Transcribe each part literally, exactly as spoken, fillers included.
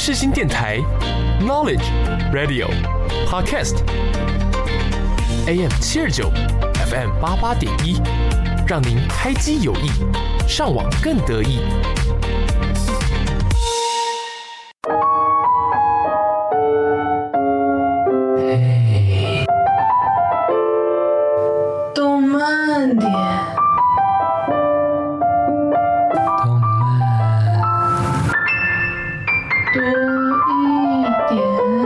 世新电台 Knowledge Radio Podcast。A M 七二九 ，F M 八八点一，让您开机有益，上网更得意。 嘿，动慢点，动慢，多一点。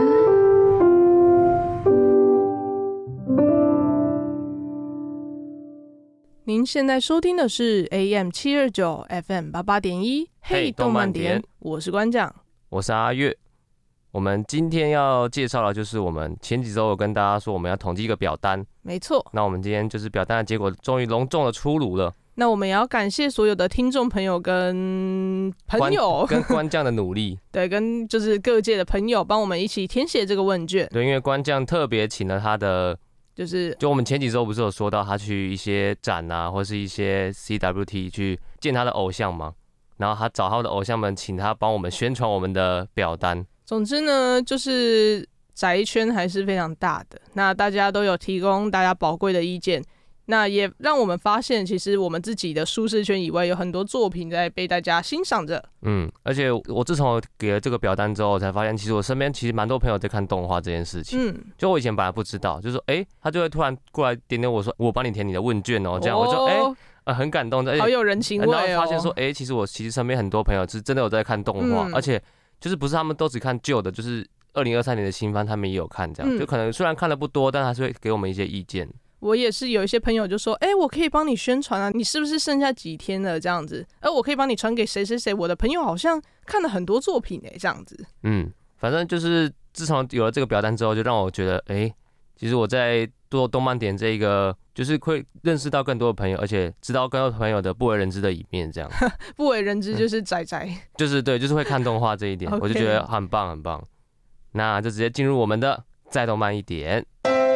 您现在收听的是 A M 七二九 F M 八八点一，嘿，动漫点，我是馆长， 我是阿月。我们今天要介绍的就是我们前几周有跟大家说我们要统计一个表单， 没错。 那我们今天就是表单的结果终于隆重的出炉了。 那我们也要感谢所有的听众朋友跟朋友跟官将的努力， 对，跟就是各界的朋友帮我们一起填写这个问卷。 对，因为官将特别请了他的。 就是， 就我们前几周不是有说到他去一些展啊，或是一些 C W T 去见他的偶像嘛，然后他找他的偶像们，请他帮我们宣传我们的表单。 总之呢，就是宅圈还是非常大的，那大家都有提供大家宝贵的意见，那也让我们发现，其实我们自己的舒适圈以外，有很多作品在被大家欣赏着。 嗯，而且我自从给了这个表单之后，我才发现其实我身边其实蛮多朋友在看动画这件事情。嗯，就我以前本来不知道，就说哎、欸，他就会突然过来点点我说，我帮你填你的问卷哦，这样、哦、我就哎、欸呃、很感动， 好有人情味哦。 然后发現說，哎、欸，其實我其實身邊很多朋友是真的有在看動畫、嗯，而且就是不是他們都只看舊的，就是二零二三年的新番，他們也有看，這樣、嗯、就可能雖然看的不多，但還是會給我們一些意見。 我也是有一些朋友就說，哎、欸，我可以幫你宣傳啊，你是不是剩下幾天了這樣子？而我可以幫你傳給誰誰誰，我的朋友好像看了很多作品哎、欸，這樣子。 嗯，反正就是自從有了這個表單之後，就讓我覺得，哎、欸，其實我在做動漫點這一個。就是會認識到更多的朋友，而且知道更多朋友的不為人知的一面，這樣。 不為人知就是宅宅、嗯，就是對，就是會看動畫這一點， okay. 我就覺得很棒很棒。那就直接進入我們的再動漫一點，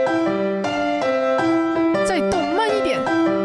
再動漫一點。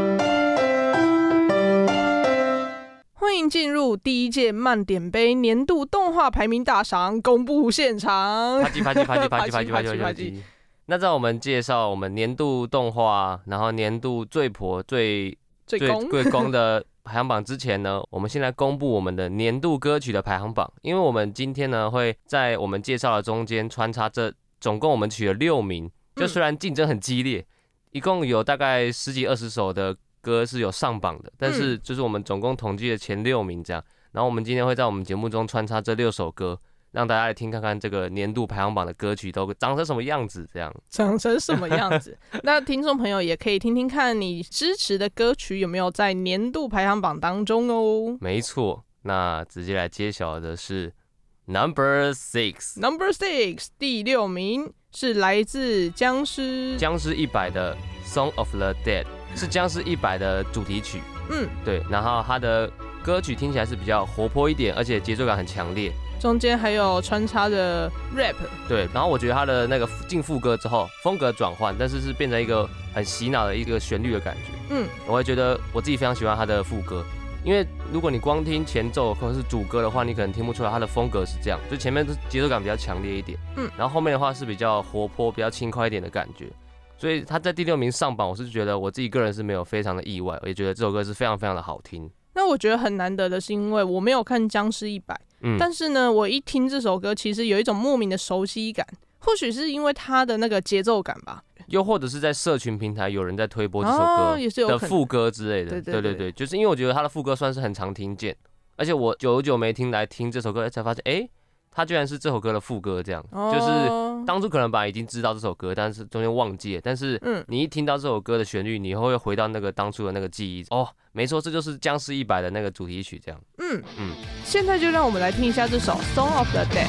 歡迎進入第一屆漫點杯年度動畫排名大賞公布現場。 啪嘰啪嘰啪嘰啪嘰啪嘰啪嘰啪嘰。那在我們介紹我們年度動畫，然後年度最婆最最最公的排行榜之前呢，我們先來公布我們的年度歌曲的排行榜。因為我們今天呢會在我們介紹的中間穿插這總共我們取了六名，就雖然競爭很激烈，一共有大概十幾二十首的歌是有上榜的，但是就是我們總共統計的前六名這樣。然後我們今天會在我們節目中穿插這六首歌。讓大家來聽看看這個年度排行榜的歌曲都長成什麼樣子，這樣長成什麼樣子？那聽眾朋友也可以聽聽看你支持的歌曲有沒有在年度排行榜當中哦。 沒錯，那直接來揭曉的是 Number Six。 Number Six 第六名是來自僵屍僵屍一百的 Song of the Dead， 是僵屍一百的主題曲。嗯，對，然後它的歌曲聽起來是比較活潑一點，而且節奏感很強烈。 中間還有穿插的 rap， 對，然後我覺得他的那個進副歌之後，風格轉換，但是是變成一個很洗腦的一個旋律的感覺。嗯，我會覺得我自己非常喜歡他的副歌，因為如果你光聽前奏或者是主歌的話，你可能聽不出來他的風格是這樣，就前面節奏感比較強烈一點，嗯，然後後面的話是比較活潑、比較輕快一點的感覺，所以他在第六名上榜，我是覺得我自己個人是沒有非常的意外，我也覺得這首歌是非常非常的好聽。 那我覺得很難得的是，因為我沒有看僵屍一百。嗯、但是呢，我一聽這首歌，其實有一種莫名的熟悉感，或許是因為它的那個節奏感吧， 又或者是在社群平台有人在推播這首歌的副歌之類的， 對對 對, 對對對，就是因為我覺得它的副歌算是很常聽見，而且我久久沒聽來聽這首歌，才發現，哎，它居然是這首歌的副歌，這樣、哦，就是當初可能本來已經知道這首歌，但是中間忘記了，但是你一聽到這首歌的旋律，你會回到那個當初的那個記憶，哦。沒錯，這就是僵屍一百的那個主題曲，這樣。嗯嗯，現在就讓我們來聽一下這首《Song of the Dead》。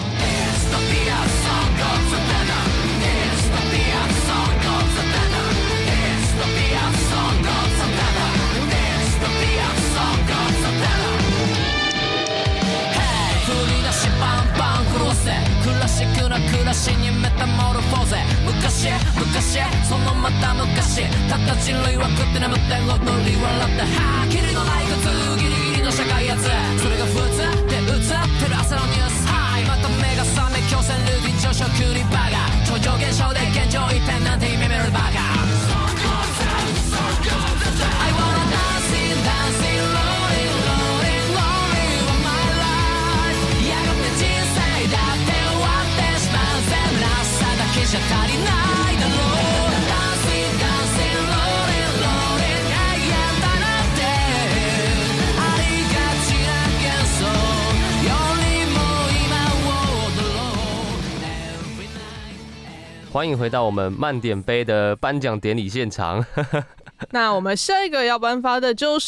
クラシックな暮らしにメタモルフォーゼ昔昔そのまた昔たった人類は食って眠って踊り笑ってはぁキリのない苦痛ギリギリの社会やつそれが普通で映ってる朝のニュースはいまた目が欢迎回到我们慢点杯的颁奖典礼现场。 那我们下一个要颁发的就是，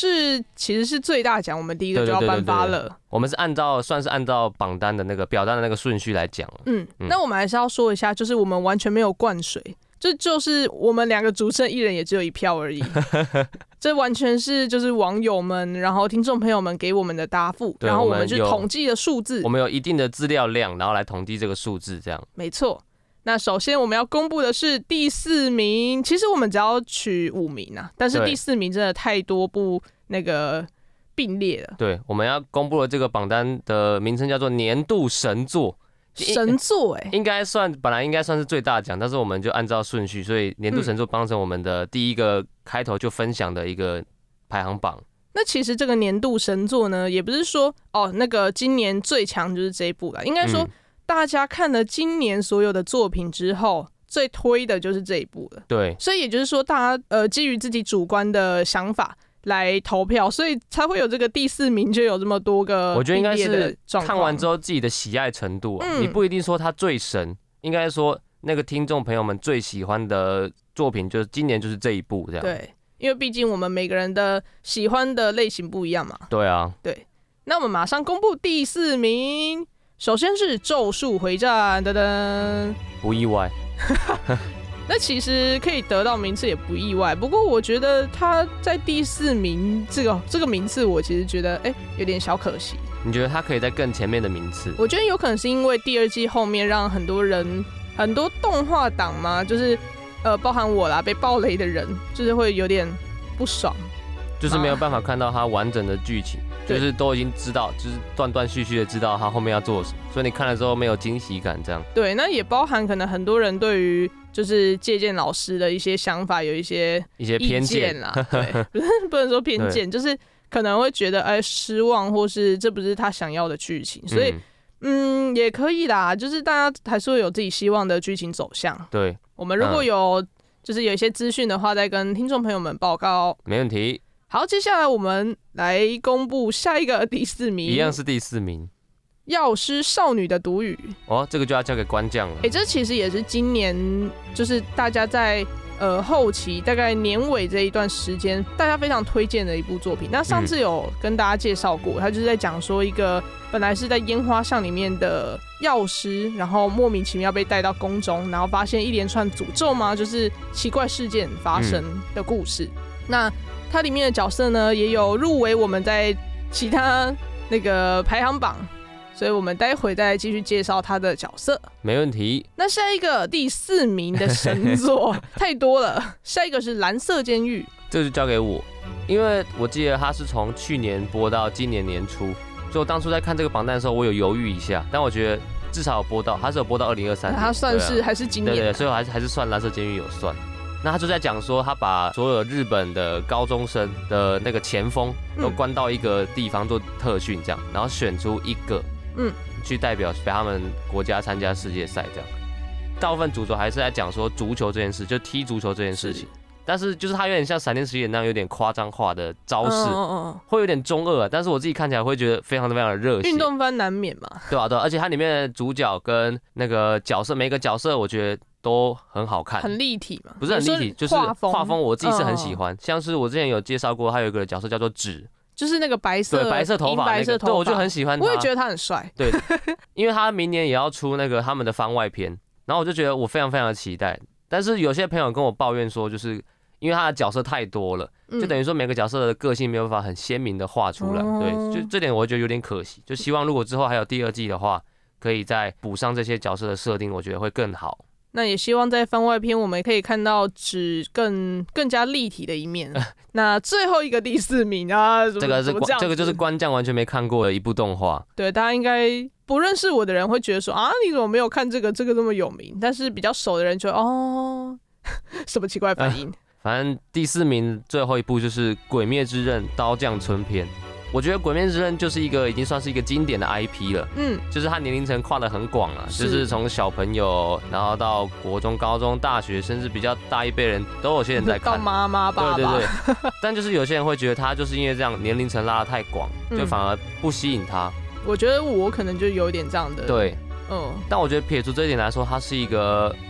其实是最大奖，我们第一个就要颁发了。对对对对对， 我们是按照算是按照榜单的那个表单的那个顺序来讲。 嗯，嗯那我们还是要说一下，就是我们完全没有灌水，这就是我们两个主持人一人也只有一票而已。这完全是就是网友们，然后听众朋友们给我们的答复，然后我们去统计的数字。 我们有一定的资料量，然后来统计这个数字，这样。 没错。那首先我们要公布的是第四名，其实我们只要取五名啊，但是第四名真的太多部那个并列了。 对，我们要公布的这个榜单的名称叫做年度神作。 神作哎、欸， 应该算本来应该算是最大奖，但是我们就按照顺序，所以年度神作当成我们的第一个开头就分享的一个排行榜。 那其实这个年度神作呢，也不是说哦那个今年最强就是这一部啦，应该说。嗯大家看了今年所有的作品之后，最推的就是这一部了。 对， 所以也就是说，大家呃基于自己主观的想法来投票，所以才会有这个第四名就有这么多个。 我觉得应该是看完之后自己的喜爱程度啊，嗯、你不一定说它最神，应该说那个听众朋友们最喜欢的作品，就是今年就是这一部这样。 对，因为毕竟我们每个人的喜欢的类型不一样嘛。 对啊。 对，那我们马上公布第四名。首先是《咒术回战》，噔噔， 不意外。 那其实可以得到名次也不意外，不过我觉得他在第四名这个这个名次，我其实觉得哎、欸、有点小可惜。 你觉得他可以在更前面的名次？ 我觉得有可能是因为第二季后面让很多人很多动画党嘛，就是呃包含我啦，被爆雷的人，就是会有点不爽。 就是没有办法看到它完整的剧情，就是都已经知道，就是断断续续的知道它后面要做什么，所以你看了之后没有惊喜感，这样。 对，那也包含可能很多人对于就是介荐老师的一些想法有一些一些偏见啦，对，不是不能说偏见，就是可能会觉得哎失望，或是这不是他想要的剧情，所以嗯, 嗯也可以啦，就是大家还是会有自己希望的剧情走向。 对， 我们如果有、嗯、就是有一些资讯的话，再跟听众朋友们报告。 没问题。 好，接下来我们来公布下一个第四名， 一样是第四名， 药师少女的独语。 哦，这个就要交给官将了。 哎、欸，这其实也是今年，就是大家在呃后期大概年尾这一段时间，大家非常推荐的一部作品。那上次有跟大家介绍过，嗯、他就是在讲说一个本来是在烟花巷里面的药师，然后莫名其妙被带到宫中，然后发现一连串诅咒嘛，就是奇怪事件发生的故事。嗯、那它里面的角色呢，也有入围我们在其他那个排行榜，所以我们待会再继续介绍他的角色。 没问题。 那下一个第四名的神作太多了，下一个是《蓝色监狱》， 这就交给我，因为我记得他是从去年播到今年年初，所以我当初在看这个榜单的时候，我有犹豫一下，但我觉得至少有播到，他是有播到二零二三年， 他算是、啊、还是今年， 对 对, 對，所以我还是还是算《蓝色监狱》有算。那他就在讲说，他把所有日本的高中生的那个前锋都关到一个地方做特训，这样，然后选出一个，嗯，去代表给他们国家参加世界赛，这样。大部分主轴还是在讲说足球这件事，就踢足球这件事情。但是就是他有点像闪电十一人那样，有点夸张化的招式，会有点中二啊。但是我自己看起来会觉得非常的非常的热血。 运动番难免嘛， 对啊对啊，而且它里面的主角跟那个角色，每个角色我觉得都很好看， 很立体嘛， 不是很立体，就是画风我自己是很喜欢。像是我之前有介绍过，还有一个角色叫做纸， 就是那个白色对白色头发那个，对我就很喜欢他， 我也觉得他很帅。 对，因为他明年也要出那个他们的番外篇，然后我就觉得我非常非常的期待。但是有些朋友跟我抱怨说，就是因为他的角色太多了，就等于说每个角色的个性没有办法很鲜明的画出来。对，就这点我觉得有点可惜。就希望如果之后还有第二季的话，可以再补上这些角色的设定，我觉得会更好。 那也希望在番外篇我们可以看到纸更更加立体的一面。那最后一个第四名啊， 这个是这个就是官将完全没看过的一部动画。 对，大家应该不认识我的人会觉得说啊，你怎么没有看这个？这个这么有名，但是比较熟的人就哦，什么奇怪反应？呃、 反正第四名最后一部就是《鬼灭之刃：刀匠村篇》。我觉得《鬼灭之刃》就是一个已经算是一个经典的 I P 了，嗯，就是它年龄层跨得很广啊，就是从小朋友，然后到国中、高中、大学，甚至比较大一辈人都有些人在看， 到妈妈、爸爸， 对对对。但就是有些人会觉得他就是因为这样年龄层拉得太广，就反而不吸引他。 我觉得我可能就有点这样的， 对，嗯。但我觉得撇除这一点来说，它是一个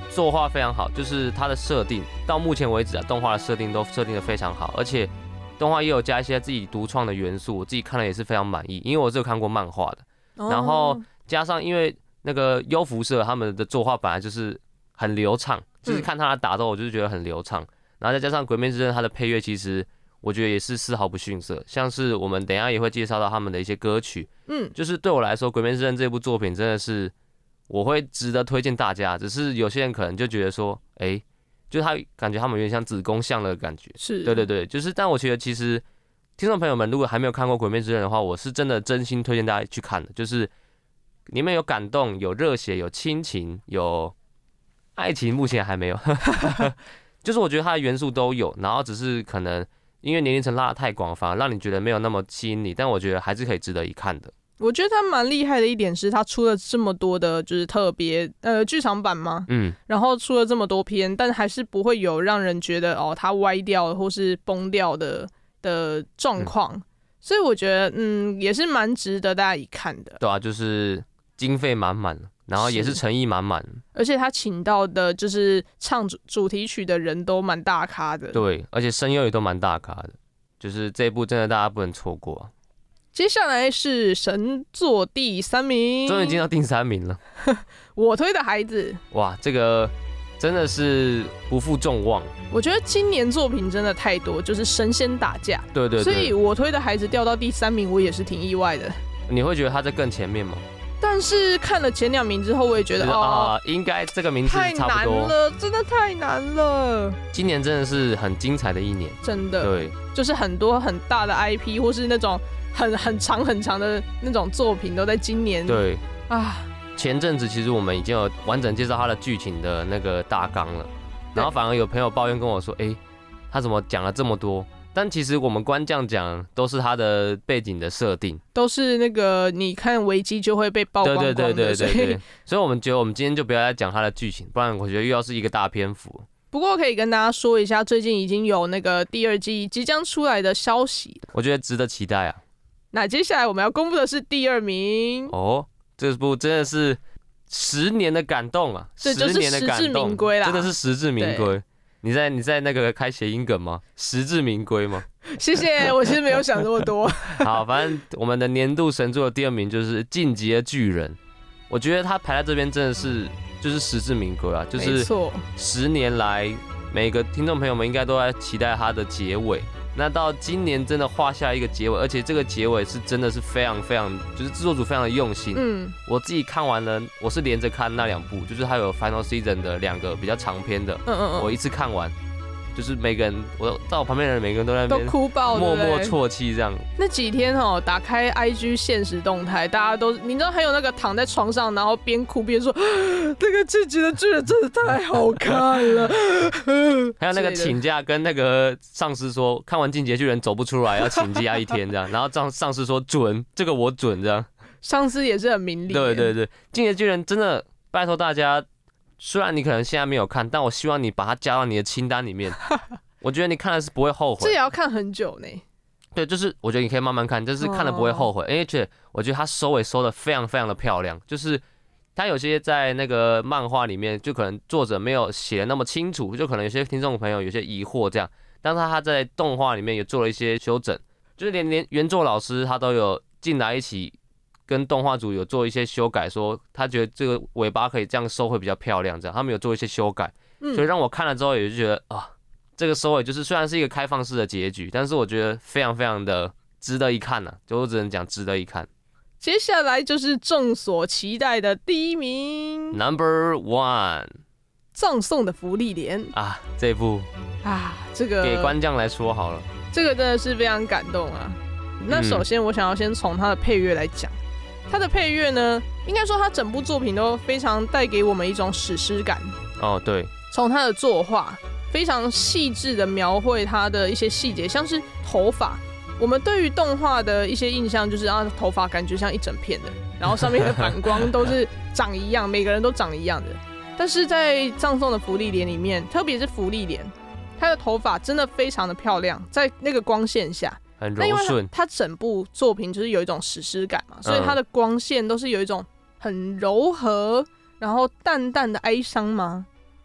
作画非常好，就是它的设定到目前为止啊，动画的设定都设定的非常好，而且动画也有加一些自己独创的元素，我自己看了也是非常满意，因为我只有看过漫画的，哦、然后加上因为那个优辐社他们的作画本来就是很流畅，就是看他的打斗我就是觉得很流畅，嗯、然后再加上《鬼灭之刃》它的配乐其实我觉得也是丝毫不逊色，像是我们等一下也会介绍到他们的一些歌曲，嗯，就是对我来说，《鬼灭之刃》这部作品真的是我会值得推荐大家。只是有些人可能就觉得说，哎、欸，就是他感觉他们有点像子宫像的感觉，是，对对对，就是，但我觉得其实听众朋友们如果还没有看过《鬼灭之刃》的话，我是真的真心推荐大家去看的，就是里面有感动、有热血、有亲情、有爱情，目前还没有，就是我觉得它的元素都有，然后只是可能。因为年龄层拉得太广，反而让你觉得没有那么吸引你，但我觉得还是可以值得一看的。 我觉得他蛮厉害的一点是，他出了这么多的，就是特别呃剧场版嘛，嗯，然后出了这么多篇，但还是不会有让人觉得哦他歪掉或是崩掉的的状况，嗯、所以我觉得嗯也是蛮值得大家一看的。 对啊，就是经费满满。然后也是诚意满满， 而且他请到的就是唱 主, 主题曲的人都蛮大咖的， 对，而且声优也都蛮大咖的，就是这一部真的大家不能错过、啊。 接下来是神作第三名， 终于进到第三名了。 我推的孩子， 哇，这个真的是不负众望。 我觉得今年作品真的太多，就是神仙打架， 对对对， 所以我推的孩子掉到第三名，我也是挺意外的。 你会觉得他在更前面吗？ 但是看了前两名之后，我也觉得哦、 啊，应该这个名字差不多。 太难了，真的太难了。 今年真的是很精彩的一年， 真的。 对， 就是很多很大的 I P 或是那种很很长很长的那种作品都在今年。 对啊，前阵子其实我们已经有完整介绍它的剧情的那个大纲了，然后反而有朋友抱怨跟我说，哎、欸，他怎么讲了这么多？但其实我们官将讲都是他的背景的设定， 都是那个你看维基就会被曝光光的， 对对对对对对，所以我们觉得我们今天就不要再讲他的剧情，不然我觉得又要是一个大篇幅。 不过可以跟大家说一下，最近已经有那个第二季即将出来的消息， 我觉得值得期待啊。 那接下来我们要公布的是第二名哦，这部真的是十年的感动啊， 这就是实至名归啦， 真的是实至名归。你在你在那个开谐音梗吗？实至名归吗？ 谢谢，我其实没有想这么多。 好，反正我们的年度神作的第二名就是《进击的巨人》，我觉得他排在这边真的是就是实至名归啊，就是十年来每个听众朋友们应该都在期待他的结尾。那到今年真的画下一个结尾，而且这个结尾是真的是非常非常，就是制作组非常的用心。嗯，我自己看完了，我是连着看那两部，就是还有 Final Season 的两个比较长篇的，嗯嗯嗯，我一次看完，就是每个人，我在我旁边的人每个人都在那边都哭爆， 默默啜泣这样。 那几天哦，打开 I G 现实动态，大家都，你知道还有那个躺在床上，然后边哭边说，那个进击的巨人真的太好看了。 还有那个请假跟那个上司说，看完进击的巨人走不出来，要请假一天这样，然后上上司说准，这个我准这样。 上司也是很明理。 对对对，进击的巨人真的拜托大家。虽然你可能现在没有看，但我希望你把它加到你的清单里面。我觉得你看的是不会后悔。 这也要看很久呢。 对，就是我觉得你可以慢慢看，就是看了不会后悔。而且我觉得它收尾收的非常非常的漂亮，就是它有些在那个漫画里面，就可能作者没有写的那么清楚，就可能有些听众朋友有些疑惑这样，但是他在动画里面也做了一些修整，就是连连原作老师他都有进来一起。跟动画组有做一些修改，说他觉得这个尾巴可以这样收会比较漂亮，这样他们有做一些修改，嗯、所以让我看了之后也就觉得啊，这个收尾就是虽然是一个开放式的结局，但是我觉得非常非常的值得一看呐、啊，就我只能讲值得一看。 接下来就是众所期待的第一名 ，Number One， 葬送的芙莉莲啊，这部啊，这个给官将来说好了， 这个真的是非常感动啊。那首先我想要先从它的配乐来讲。它的配乐呢，应该说它整部作品都非常带给我们一种史诗感。 哦，对。 从它的作画，非常细致的描绘它的一些细节，像是头发。我们对于动画的一些印象就是啊，头发感觉像一整片的，然后上面的反光都是长一样，每个人都长一样的。但是在葬送的芙莉莲里面，特别是芙莉莲，她的头发真的非常的漂亮，在那个光线下。 很柔顺， 它整部作品就是有一种史诗感嘛，所以它的光线都是有一种很柔和，然后淡淡的哀伤嘛，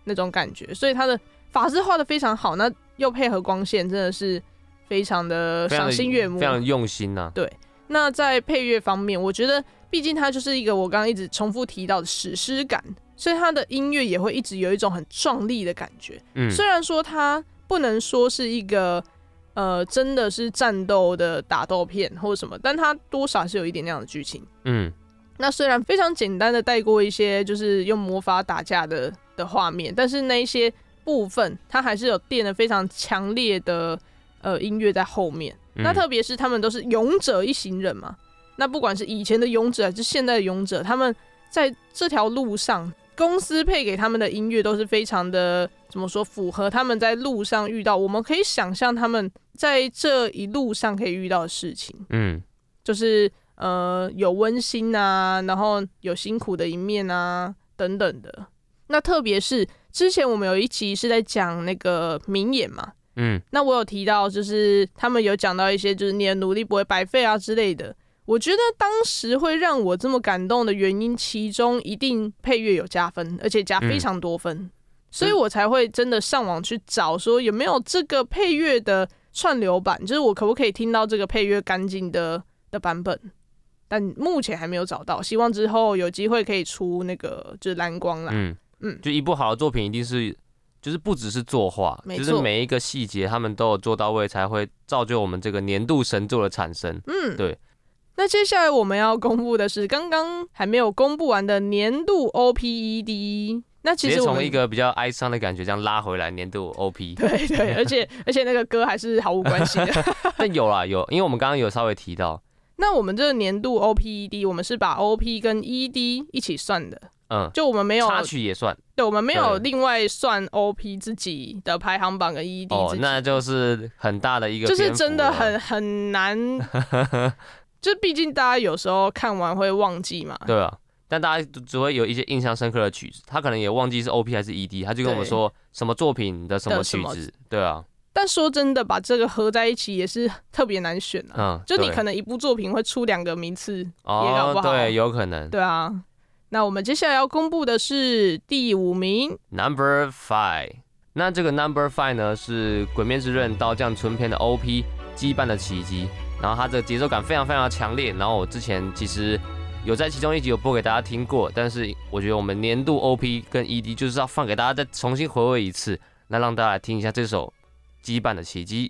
那种感觉，所以它的发质画的非常好，那又配合光线，真的是非常的赏心悦目， 非常用心呐、啊。 对，那在配乐方面，我觉得毕竟它就是一个我刚刚一直重复提到的史诗感，所以它的音乐也会一直有一种很壮丽的感觉。嗯，虽然说它不能说是一个呃真的是战斗的打斗片或者什么，但它多少是有一点那样的剧情。嗯，那虽然非常简单的带过一些就是用魔法打架的的画面，但是那一些部分它还是有垫了非常强烈的呃音乐在后面。嗯、那特别是他们都是勇者一行人嘛，那不管是以前的勇者还是现在的勇者，他们在这条路上，公司配给他们的音乐都是非常的怎么说，符合他们在路上遇到，我们可以想象他们在这一路上可以遇到的事情。嗯，就是呃有温馨啊，然后有辛苦的一面啊等等的。那特别是之前我们有一集是在讲那个名言嘛，嗯，那我有提到就是他们有讲到一些就是你的努力不会白费啊之类的。我觉得当时会让我这么感动的原因，其中一定配乐有加分，而且加非常多分，嗯、所以我才会真的上网去找说有没有这个配乐的串流版，就是我可不可以听到这个配乐干净的的版本。但目前还没有找到，希望之后有机会可以出那个就是蓝光啦。嗯嗯， 就一部好的作品一定是就是不只是作画，就是每一个细节他们都有做到位，才会造就我们这个年度神作的产生。嗯，对。 那接下来我们要公布的是刚刚还没有公布完的年度 O P E D。那其实我们直接从一个比较哀伤的感觉这样拉回来年度 O P。 对对，而且而且那个歌还是毫无关系的。 但有啦有，因为我们刚刚有稍微提到。 那我们这个年度 O P E D， 我们是把 O P 跟 E D 一起算的。嗯，就我们没有插曲也算。 对，我们没有另外算 O P 自己的排行榜跟 E D 自己。 哦，那就是很大的一个篇幅了， 就是真的很很难。就毕竟大家有时候看完会忘记嘛。 对啊，但大家只会有一些印象深刻的曲子，他可能也忘记是 O P 还是 E D， 他就跟我们说什么作品的什么曲子。对啊。 但说真的，把这个合在一起也是特别难选啊。嗯，就你可能一部作品会出两个名次，也搞不好。 哦，对，有可能。 对啊。那我们接下来要公布的是第五名 ，Number Five。那这个 Number Five 呢是《鬼灭之刃：刀匠村篇》的 O P《羁绊的奇迹》，然后它的节奏感非常非常的强烈。然后我之前其实有在其中一集有播给大家听过，但是我觉得我们年度 O P 跟 E D 就是要放给大家再重新回味一次，那让大家来听一下这首《羁绊的奇迹》。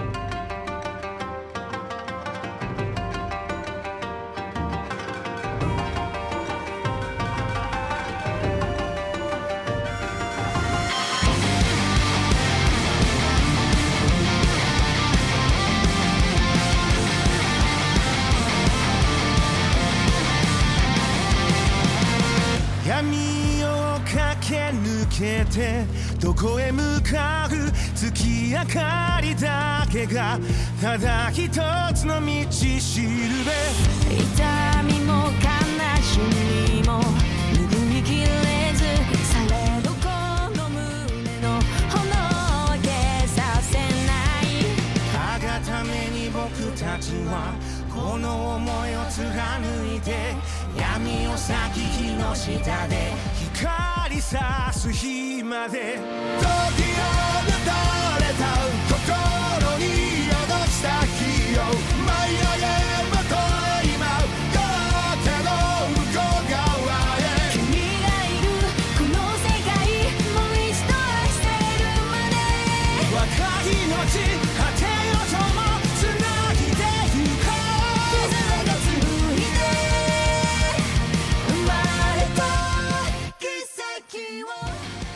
どこへ向かう月明かりだけがただ一つの道しるべ痛みも悲しみも拭いきれずされどこの胸の炎を消させないたがために僕たちはこの想いを貫いて闇を裂き火の下で光さす日まで時をたどれた心に宿した日を舞い上げまとい舞う夜明けの向こう側へ君がいるこの世界もう一度愛せるまで若い命果てよともつないでゆこう絆が紡いで生まれた奇跡を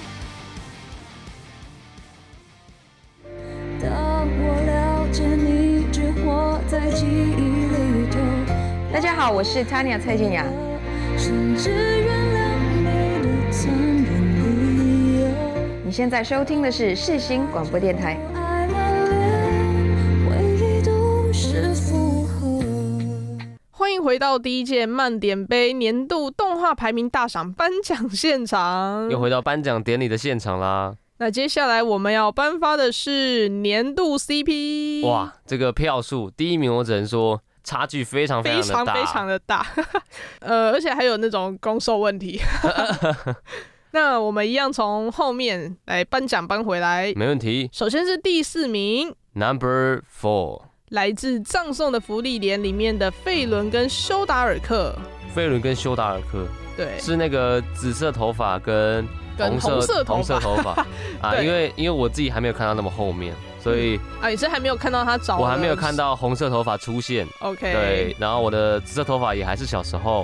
当我了解你只活在记忆里头大家好，我是 Tanya 蔡健雅。 甚至原谅你的残忍理由你现在收听的是世新广播电台。 爱满脸回忆都是负荷欢迎回到第一届慢点杯年度动画排名大赏颁奖现场， 又回到颁奖典礼的现场啦。 那接下来我们要颁发的是年度 C P。 哇，这个票数第一名我只能说差距非常非常的大， 非常非常的大，呃，而且还有那种攻受问题。 那我们一样从后面来颁奖颁回来。 没问题。 首先是第四名 ，Number Four， 来自葬送的芙莉莲里面的费伦跟休达尔克。 费伦跟休达尔克， 对， 是那个紫色头发跟红色红色头发红色头发啊，因为因为我自己还没有看到那么后面，所以、 嗯、啊，你是还没有看到他找， 我还没有看到红色头发出现。 OK， 对，然后我的紫色头发也还是小时候，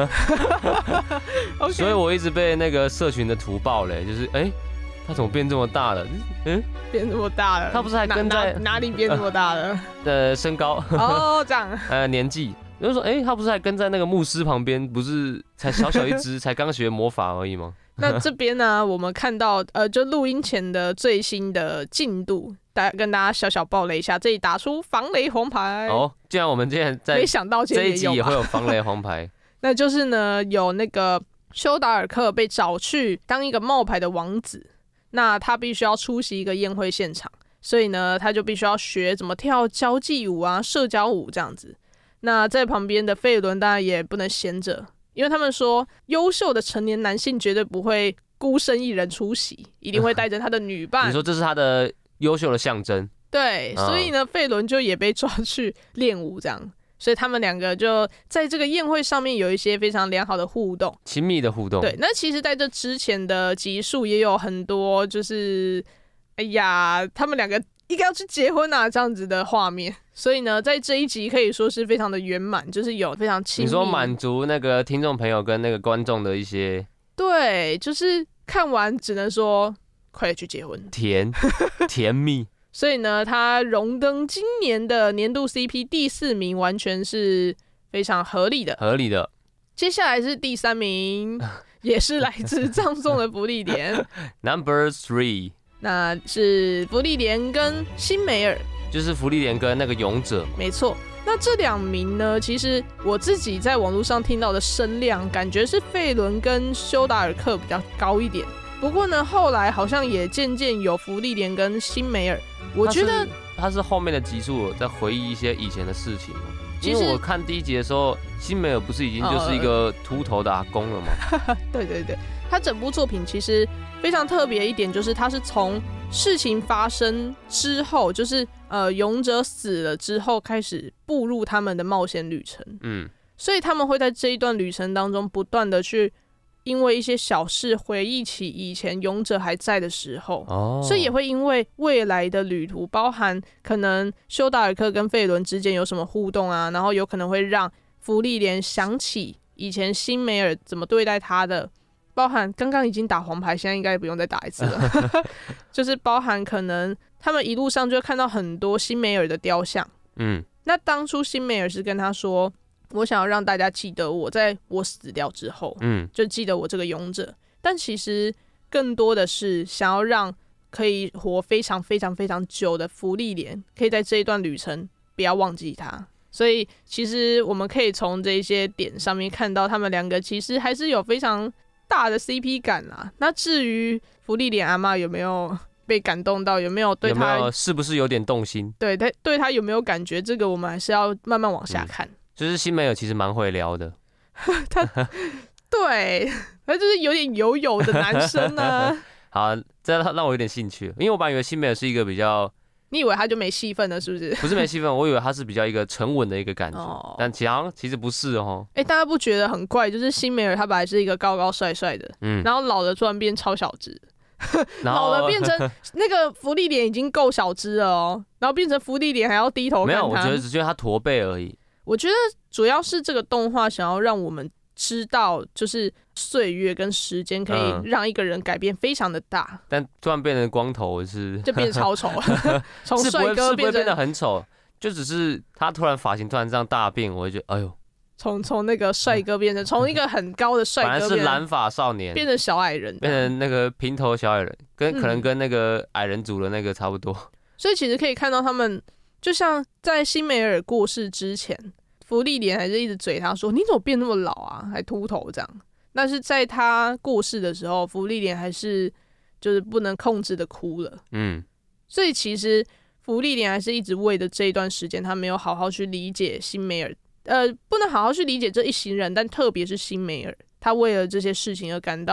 okay. 所以我一直被那个社群的图爆嘞，就是哎、欸，他怎么变这么大了？嗯， 变这么大了？ 他不是还跟在哪, 哪, 哪里变这么大了？ 呃，身高哦，这样， 呃，年纪。就说，哎、欸，他不是还跟在那个牧师旁边，不是才小小一只，才刚学魔法而已吗？ 那这边呢，我们看到，呃，就录音前的最新的进度，大家跟大家小小爆雷一下，这里打出防雷黄牌。 哦，既然我们今天在没想到这一集也会有防雷黄牌， 那就是呢，有那个休达尔克被找去当一个冒牌的王子，那他必须要出席一个宴会现场，所以呢，他就必须要学怎么跳交际舞啊、社交舞这样子。那在旁边的费伦当然也不能闲着，因为他们说优秀的成年男性绝对不会孤身一人出席，一定会带着他的女伴。 你说这是他的优秀的象征？ 对，所以呢，费伦就也被抓去练舞，这样，所以他们两个就在这个宴会上面有一些非常良好的互动， 亲密的互动。 对，那其实在这之前的集数也有很多，就是哎呀，他们两个应该要去结婚啊这样子的画面，所以呢，在这一集可以说是非常的圆满，就是有非常亲密。 你说满足那个听众朋友跟那个观众的一些， 对，就是看完只能说快点去结婚， 甜甜蜜。 所以呢，他荣登今年的年度 C P 第四名，完全是非常合理的。 合理的。 接下来是第三名，也是来自葬送的芙莉莲 ，Number Three。 那是芙莉莲跟辛梅尔， 就是芙莉莲跟那个勇者， 没错。那这两名呢，其实我自己在网络上听到的声量，感觉是费伦跟休达尔克比较高一点。不过呢，后来好像也渐渐有芙莉莲跟辛梅尔。我觉得他是后面的集数在回忆一些以前的事情吗？ 因为我看第一集的时候，辛梅尔不是已经就是一个秃头的阿公了吗？ 对对对，他整部作品其实非常特别一点，就是他是从事情发生之后，就是呃勇者死了之后开始步入他们的冒险旅程。嗯，所以他们会在这一段旅程当中不断的去因为一些小事回忆起以前勇者还在的时候，哦，所以也会因为未来的旅途，包含可能休达尔克跟费伦之间有什么互动啊，然后有可能会让芙莉莲想起以前辛梅尔怎么对待他的，包含刚刚已经打黄牌，现在应该不用再打一次了就是包含可能他们一路上就会看到很多辛梅尔的雕像。嗯，那当初辛梅尔是跟他说，我想要让大家记得我在我死掉之后，嗯，就记得我这个勇者。但其实更多的是想要让可以活非常非常非常久的芙莉莲，可以在这一段旅程不要忘记他。所以其实我们可以从这些点上面看到，他们两个其实还是有非常大的 C P 感啦。那至于芙莉莲阿嬷有没有被感动到，有没有对他有没有是不是有点动心？ 对，他对他有没有感觉？这个我们还是要慢慢往下看。嗯， 就是辛梅尔其实蛮会聊的， 他对他就是有点油油的男生啊。 好，这让我有点兴趣，因为我本来以为辛梅尔是一个比较， 你以为他就没戏份了是不是？ 不是没戏份，我以为他是比较一个沉稳的一个感觉，哦，但其实好像其实不是哦。 哎，欸，大家不觉得很怪？就是辛梅尔他本来是一个高高帅帅的，嗯，然后老了突然变超小只。老了变成那个芙莉莲已经够小只了哦，然后变成芙莉莲还要低头看他。 没有，我觉得只觉得他驼背而已。 我觉得主要是这个动画想要让我们知道，就是岁月跟时间可以让一个人改变非常的大。嗯， 但突然变成光头是就变超丑了，从帅哥变成变得很丑，就只是他突然发型突然这样大变，我就觉得哎呦。 从从那个帅哥变成从一个很高的帅哥， 本来是蓝发少年， 变成小矮人， 变成那个平头小矮人，跟可能跟那个矮人族的那个差不多。嗯， 所以其实可以看到他们，就像在辛梅尔过世之前，芙莉莲还是一直嘴他说：“你怎么变那么老啊，还秃头这样。”但是在他过世的时候，芙莉莲还是就是不能控制的哭了。嗯，所以其实芙莉莲还是一直为了这一段时间，他没有好好去理解辛梅尔。呃，不能好好去理解这一行人，但特别是辛梅尔，他为了这些事情而感到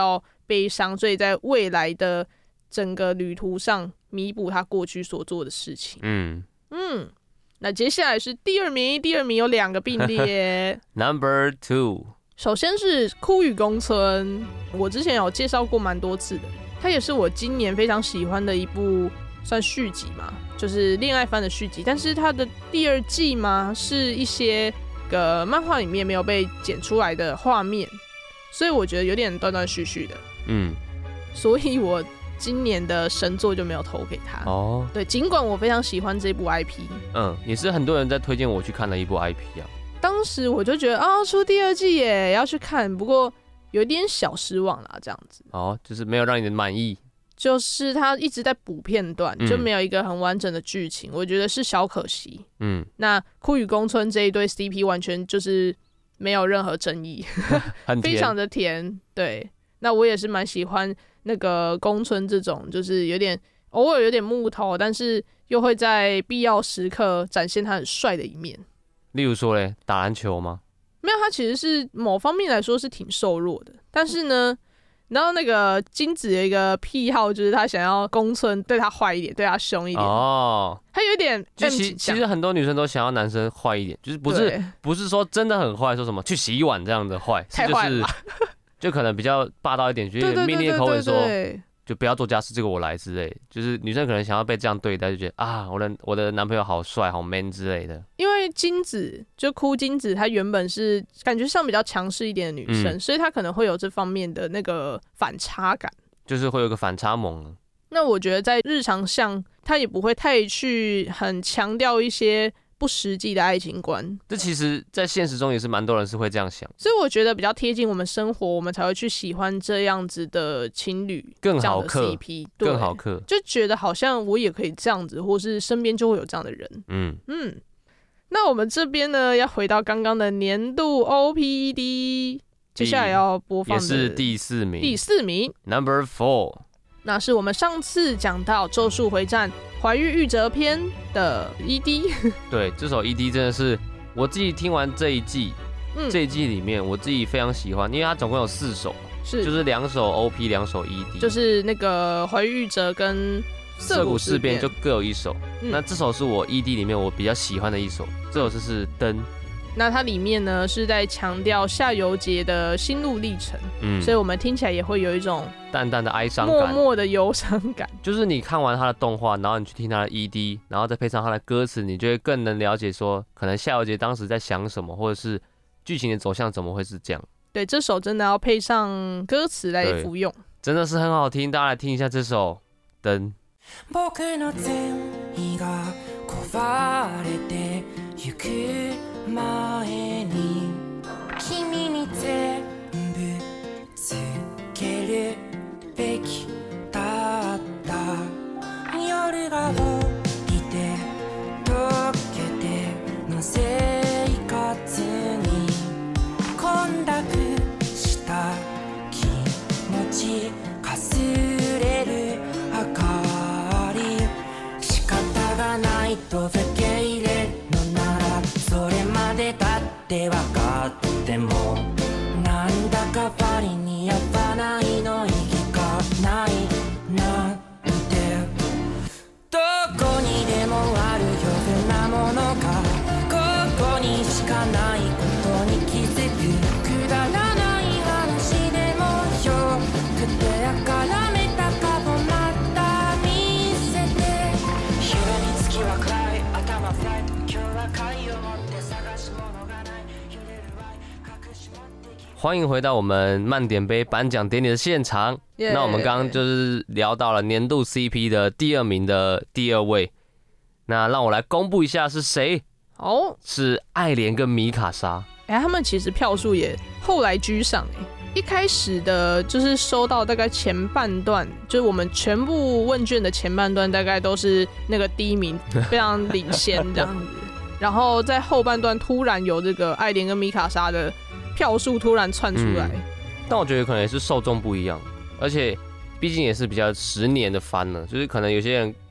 悲伤，所以在未来的整个旅途上弥补他过去所做的事情。 嗯嗯，那接下来是第二名，第二名有两个并列。 Number two， 首先是枯雨宫村，我之前有介绍过蛮多次的，它也是我今年非常喜欢的一部算续集嘛，就是恋爱番的续集，但是它的第二季嘛，是一些个漫画里面没有被剪出来的画面，所以我觉得有点断断续续的。 嗯， 所以我今年的神作就没有投给他。 哦， 对，尽管我非常喜欢这部 I P， 嗯，也是很多人在推荐我去看的一部 I P 啊。 当时我就觉得啊、哦，出第二季耶，要去看，不过有点小失望啦，这样子。 哦，就是没有让你满意。 就是他一直在补片段， 嗯就没有一个很完整的剧情，我觉得是小可惜。 嗯， 那枯雨宫村这一对 C P 完全就是没有任何争议， 很甜非常的甜。对，那我也是蛮喜欢那个宫村这种，就是有点偶尔有点木头，但是又会在必要时刻展现他很帅的一面。 例如说嘞，打篮球吗？ 没有，他其实是某方面来说是挺瘦弱的，但是呢，然后那个金子有一个癖好，就是他想要宫村对他坏一点，对他凶一点。 哦， 他有一点 M 就其其实很多女生都想要男生坏一点，就是不是不是说真的很坏，说什么去洗碗这样的坏， 太坏了吧， 就是就可能比较霸道一点，就有点命令口吻说，就不要做家事，这个我来之类。就是女生可能想要被这样对待，就觉得啊，我的我的男朋友好帅，好 man 之类的。 因为金子就哭金子，她原本是感觉上比较强势一点的女生，嗯、所以她可能会有这方面的那个反差感， 就是会有个反差萌。 那我觉得在日常上，她也不会太去很强调一些不实际的爱情观， 这其实在现实中也是蛮多人是会这样想， 所以我觉得比较贴近我们生活，我们才会去喜欢这样子的情侣， 更好嗑 C P， 更好嗑， 就觉得好像我也可以这样子，或是身边就会有这样的人。嗯嗯，那我们这边呢，要回到刚刚的年度 O P E D， 接下来要播放的也是第四名， 第四名 Number Four。 那是我们上次讲到《咒术回战》怀玉玉折篇的 E D。 对，这首 E D 真的是我自己听完这一季，嗯、这一季里面我自己非常喜欢，因为它总共有四首， 是就是两首 O P， 两首 E D， 就是那个怀玉玉折跟涩谷事变就各有一首。 嗯、 那这首是我 E D 里面我比较喜欢的一首，这首就是灯。 那它里面呢是在强调夏油杰的心路历程，嗯，所以我们听起来也会有一种淡淡的哀伤感， 默默的忧伤感。 就是你看完他的动画，然后你去听他的 E D， 然后再配上他的歌词，你就会更能了解说，可能夏油杰当时在想什么，或者是剧情的走向怎么会是这样。 对，这首真的要配上歌词来服用， 真的是很好听，大家来听一下这首《灯》。 僕の善意が壊れてゆく前に君に全部つけるべきだった夜が起きて溶けての生活に混濁した気持ちかすれる明かり仕方がないと受け入れるのならそれまでだって分かってもなんだか割に合わないの意義がないなんてどこにでもあるようなものがここにしかないことに気づくくだらない話でもよくてあからめた顔また見せて夜に月は暗い頭フライ今日は鍵を持って探し物がない揺れる愛隠し持ってき欢迎回到我们慢点杯颁奖典礼的现场。Yeah. 那我们刚刚就是聊到了年度 C P 的第二名的第二位，那让我来公布一下是谁。 哦、oh. ， 是艾莲跟米卡莎。 哎、欸，他们其实票数也后来居上哎、欸。一开始的就是收到大概前半段，就是我们全部问卷的前半段，大概都是那个第一名，非常领先这样子。然后在后半段突然有这个艾莲跟米卡莎的票数突然窜出来、嗯， 但我觉得可能也是受众不一样，而且毕竟也是比较十年的番了，就是可能有些人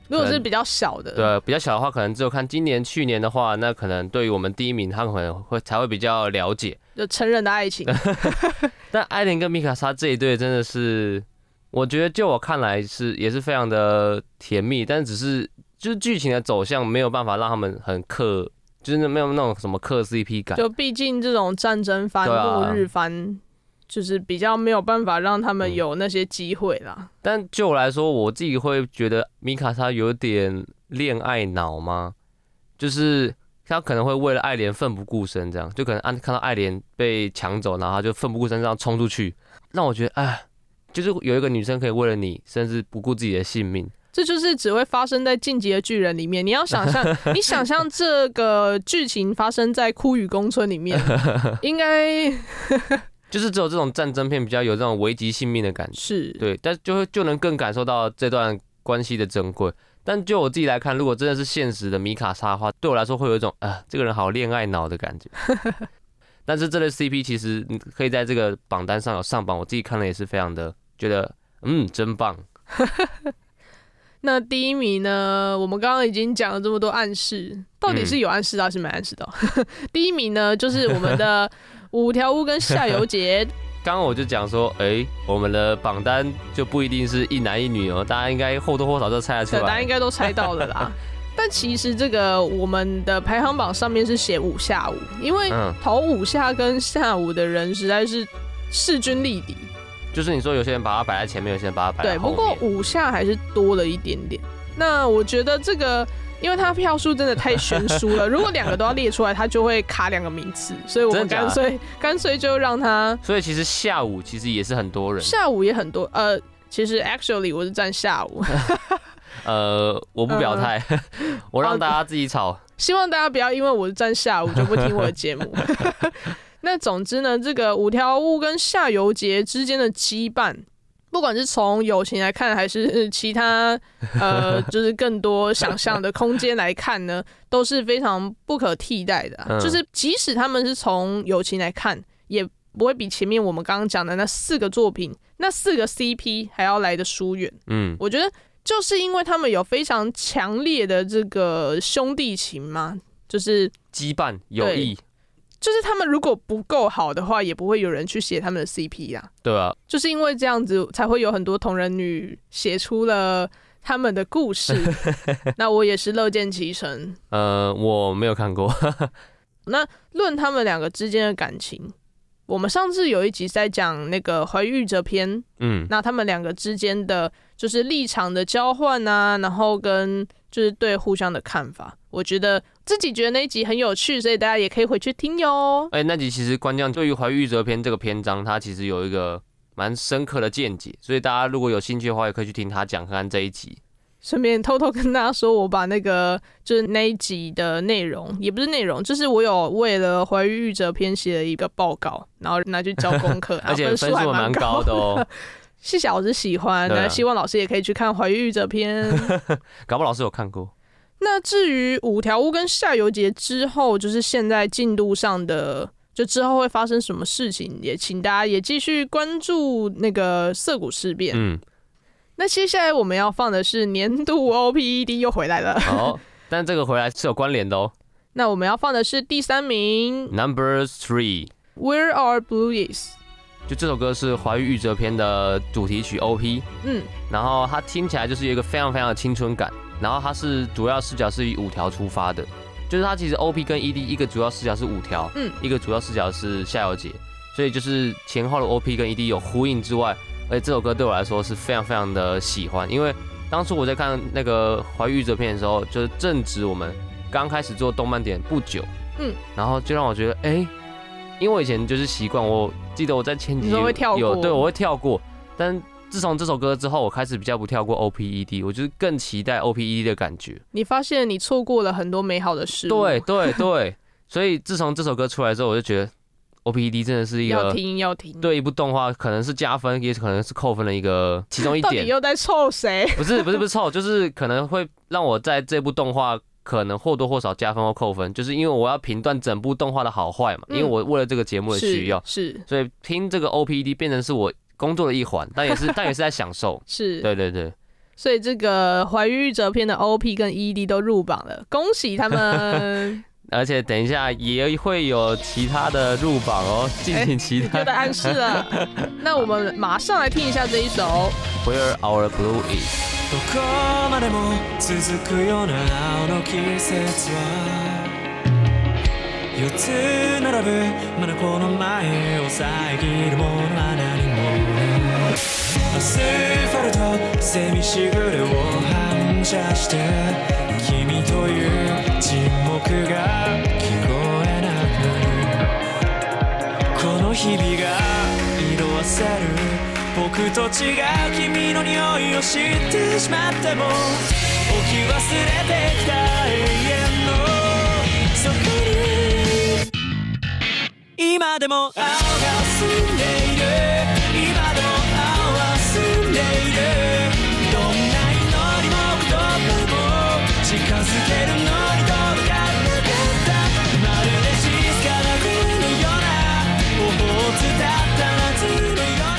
如果是比较小的， 对，比较小的话，可能只有看今年、去年的话，那可能对于我们第一名，他可能会才会比较了解， 就成人的爱情。 但艾莲跟米卡莎这一对真的是，我觉得就我看来是也是非常的甜蜜，但只是就是剧情的走向没有办法让他们很克，就是没有那种什么克 C P 感。 就毕竟这种战争番、末日番。就是比较没有办法让他们有那些机会啦、嗯。 但就我来说，我自己会觉得米卡莎有点恋爱脑吗？就是他可能会为了爱莲奋不顾身，这样就可能看到爱莲被抢走，然后他就奋不顾身这样冲出去，让我觉得哎，就是有一个女生可以为了你，甚至不顾自己的性命。 这就是只会发生在《进击的巨人》里面。你要想象，你想象这个剧情发生在枯雨宫村里面，应该。 就是只有这种战争片比较有这种危及性命的感觉， 是对，但就会就能更感受到这段关系的珍贵。但就我自己来看，如果真的是现实的米卡莎的话，对我来说会有一种啊、呃，这个人好恋爱脑的感觉。但是这类 C P 其实可以在这个榜单上有上榜，我自己看了也是非常的觉得，嗯，真棒。 那第一名呢？我们刚刚已经讲了这么多暗示，到底是有暗示到还是没暗示到？第一名呢，就是我们的五条悟跟夏油杰。 刚刚我就讲说，哎、欸，我们的榜单就不一定是一男一女哦，大家应该或多或少都猜得出来， 大家应该都猜到了啦。但其实这个我们的排行榜上面是写五下午，因为投五下跟下午的人实在是势均力敌。 就是你说有些人把它摆在前面，有些人把它摆在后面。 对，不过五下还是多了一点点。那我觉得这个，因为它票数真的太悬殊了，如果两个都要列出来，它就会卡两个名次，所以我们干脆干脆就让它。 所以其实下午其实也是很多人， 下午也很多。呃，其实 actually 我是站下午。 呃，我不表态，呃、我让大家自己吵。 希望大家不要因为我是站下午就不听我的节目。那总之呢，这个五条悟跟夏油杰之间的羁绊，不管是从友情来看，还是其他呃，就是更多想象的空间来看呢，都是非常不可替代的、啊嗯。就是即使他们是从友情来看，也不会比前面我们刚刚讲的那四个作品、那四个 C P 还要来的疏远。嗯，我觉得就是因为他们有非常强烈的这个兄弟情嘛，就是羁绊友谊。 就是他们如果不够好的话，也不会有人去写他们的 C P 啊。 对啊， 就是因为这样子，才会有很多同人女写出了他们的故事。那我也是乐见其成。 呃，我没有看过。 那论他们两个之间的感情，我们上次有一集在讲那个怀玉者篇，嗯，那他们两个之间的就是立场的交换啊，然后跟就是对互相的看法，我觉得自己觉得那一集很有趣，所以大家也可以回去听哟。 哎、欸，那集其实关将对于怀玉者篇这个篇章，他其实有一个蛮深刻的见解，所以大家如果有兴趣的话，也可以去听他讲看看这一集。 顺便偷偷跟大家说，我把那个就是那一集的内容，也不是内容，就是我有为了怀玉者篇写了一个报告，然后拿去交功课， 而且分数还蛮高的哦。 谢谢老师喜欢，那、啊、希望老师也可以去看怀玉者篇。 搞不好老师有看过。 那至于五条悟跟夏油杰之后，就是现在进度上的，就之后会发生什么事情，也请大家也继续关注那个涩谷事变。嗯。那接下来我们要放的是年度 O P E D 又回来了， 好，但这个回来是有关联的哦。 那我们要放的是第三名 ，Number Three Where Are Blue Is。 就这首歌是怀玉玉折篇的主题曲 O P， 嗯，然后它听起来就是有一个非常非常的青春感，然后它是主要视角是以五条出发的，就是它其实 O P 跟 E D 一个主要视角是五条，嗯，一个主要视角是夏油杰，所以就是前后的 O P 跟 E D 有呼应之外。而且这首歌对我来说是非常非常的喜欢，因为当初我在看那个怀玉这片的时候，就是正值我们刚开始做动漫点不久，嗯，然后就让我觉得，哎、欸，因为我以前就是习惯，我记得我在前几集有对我会跳过，但自从这首歌之后，我开始比较不跳过 O P E D， 我就是更期待 O P E D 的感觉。 你发现你错过了很多美好的事物。 对对对，所以自从这首歌出来之后，我就觉得。O P E D 真的是一个要听要听， 对一部动画可能是加分，也可能是扣分的一个其中一点。 到底又在臭谁？ 不是不是不是臭，就是可能会让我在这部动画可能或多或少加分或扣分，就是因为我要评断整部动画的好坏嘛，嗯、因为我为了这个节目的需要， 是，是所以听这个 O P E D 变成是我工作的一环，但也是但也是在享受。 是， 对对对。 所以这个怀玉玉折篇的 O P 跟 E D 都入榜了，恭喜他们！ 而且等一下也会有其他的入榜哦，敬请期待。 有的暗示了。那我们馬上来聽一下這一首 Where Our Blue Is。 どこまでも続くような青の季節は四つ並ぶまだこの前を遮るものは何もないアスファルトセミしぐれを反射して君という沈黙が聞こえなくなるこの日々が色あせる僕と違う君の匂いを知ってしまっても置き忘れてきた永遠のそこに今でも青が澄んでいる今でも青は澄んでいるどんな祈りも言葉も近づけるのに届かなかったまるで静かな声のようなオホーツだった夏のような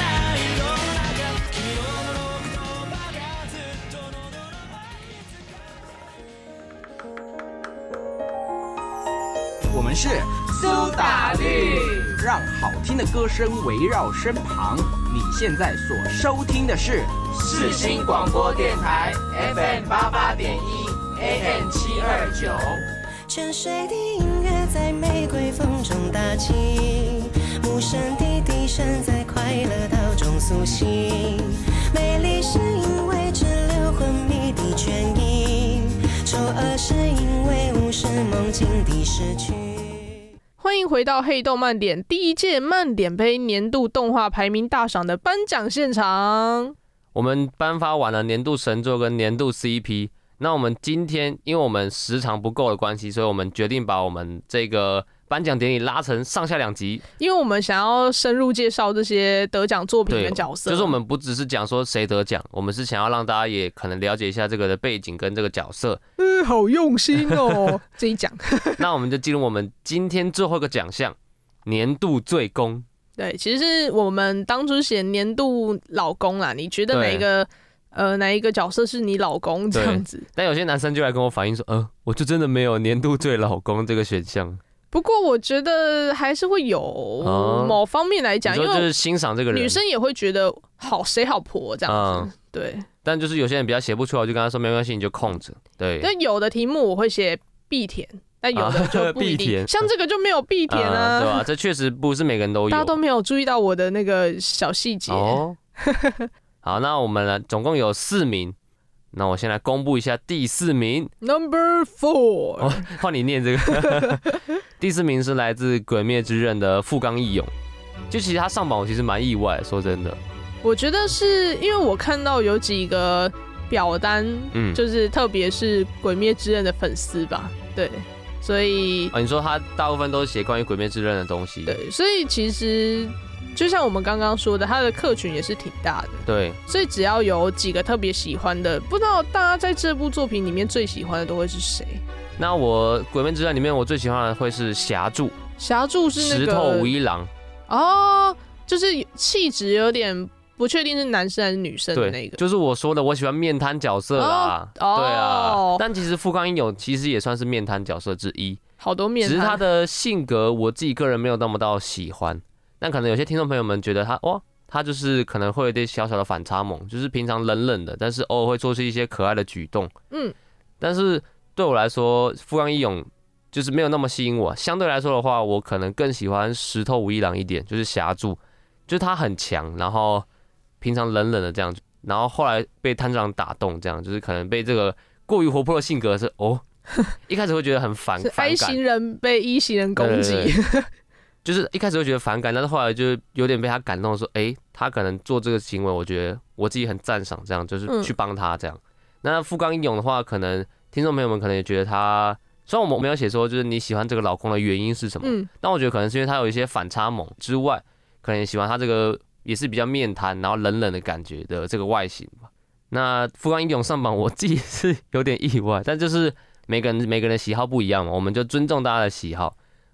我们是苏打绿，让好听的歌声围绕身旁。你现在所收听的是世新广播电台 F M 八八点一 A M 七二九。 泉水的音乐在玫瑰风中打起，无声的笛声在快乐岛中苏醒。美丽是因为滞留昏迷的倦意，丑恶是因为无视梦境的逝去。 欢迎回到黑动漫点第一届漫点杯年度动画排名大赏的颁奖现场。 我们颁发完了年度神作跟年度 C P。那我们今天因为我们时长不够的关系，所以我们决定把我们这个颁奖典礼拉成上下两集， 因为我们想要深入介绍这些得奖作品跟角色。 就是我们不只是讲说谁得奖，我们是想要让大家也可能了解一下这个的背景跟这个角色。 嗯，好用心哦，自己讲。 那我们就进入我们今天最后一个奖项——年度最攻。 对，其实是我们当初写年度老公啦，你觉得哪一个？呃，哪一个角色是你老公这样子？ 但有些男生就来跟我反映说，呃，我就真的没有年度最老公这个选项。 不过我觉得还是会有某方面来讲， 因为就是欣赏这个人， 女生也会觉得好谁好婆这样子，嗯、对。 但就是有些人比较写不出来，我就跟他说没关系，你就空着。对。 但有的题目我会写必填，但有的就不一定。啊、像这个就没有必填啊， 嗯、对吧、啊？这确实不是每个人都有， 大家都没有注意到我的那个小细节。哦好，那我们呢，总共有四名。那我先来公布一下第四名 ，Number Four。 哦，换你念这个。第四名是来自《鬼灭之刃》的富冈义勇。就其实他上榜，我其实蛮意外，说真的。 我觉得是因为我看到有几个表单，嗯，就是特别是《鬼灭之刃》的粉丝吧，对，所以、 哦、你说他大部分都是写关于《鬼灭之刃》的东西， 对，所以其实。就像我们刚刚说的，他的客群也是挺大的， 对， 所以只要有几个特别喜欢的，不知道大家在这部作品里面最喜欢的都会是谁？ 那我《鬼灭之刃》里面我最喜欢的会是霞柱， 霞柱是那个石头无一郎哦，就是气质有点不确定是男生还是女生的那个， 就是我说的我喜欢面瘫角色啦，哦、对啊，但其实富冈义勇其实也算是面瘫角色之一， 好多面瘫， 只是他的性格我自己个人没有那么到喜欢。但可能有些听众朋友们觉得他哇，他就是可能会有点小小的反差萌，就是平常冷冷的，但是偶尔会做出一些可爱的举动。嗯，但是对我来说，富冈义勇就是没有那么吸引我。相对来说的话，我可能更喜欢石头无一郎一点，就是霞柱，就是他很强，然后平常冷冷的这样，然后后来被探长打动，这样就是可能被这个过于活泼的性格是哦，一开始会觉得很反是 I 型人被 E 型人攻击。对对对就是一开始会觉得反感，但是后来就有点被他感动，说，哎、欸，他可能做这个行为，我觉得我自己很赞赏，这样就是去帮他这样。嗯、那富冈义勇的话，可能听众朋友们可能也觉得他，虽然我们没有写说就是你喜欢这个老公的原因是什么，嗯、但我觉得可能是因为他有一些反差萌之外，可能也喜欢他这个也是比较面瘫，然后冷冷的感觉的这个外形吧。那富冈义勇上榜，我自己是有点意外，但就是每个人每个人的喜好不一样嘛，我们就尊重大家的喜好。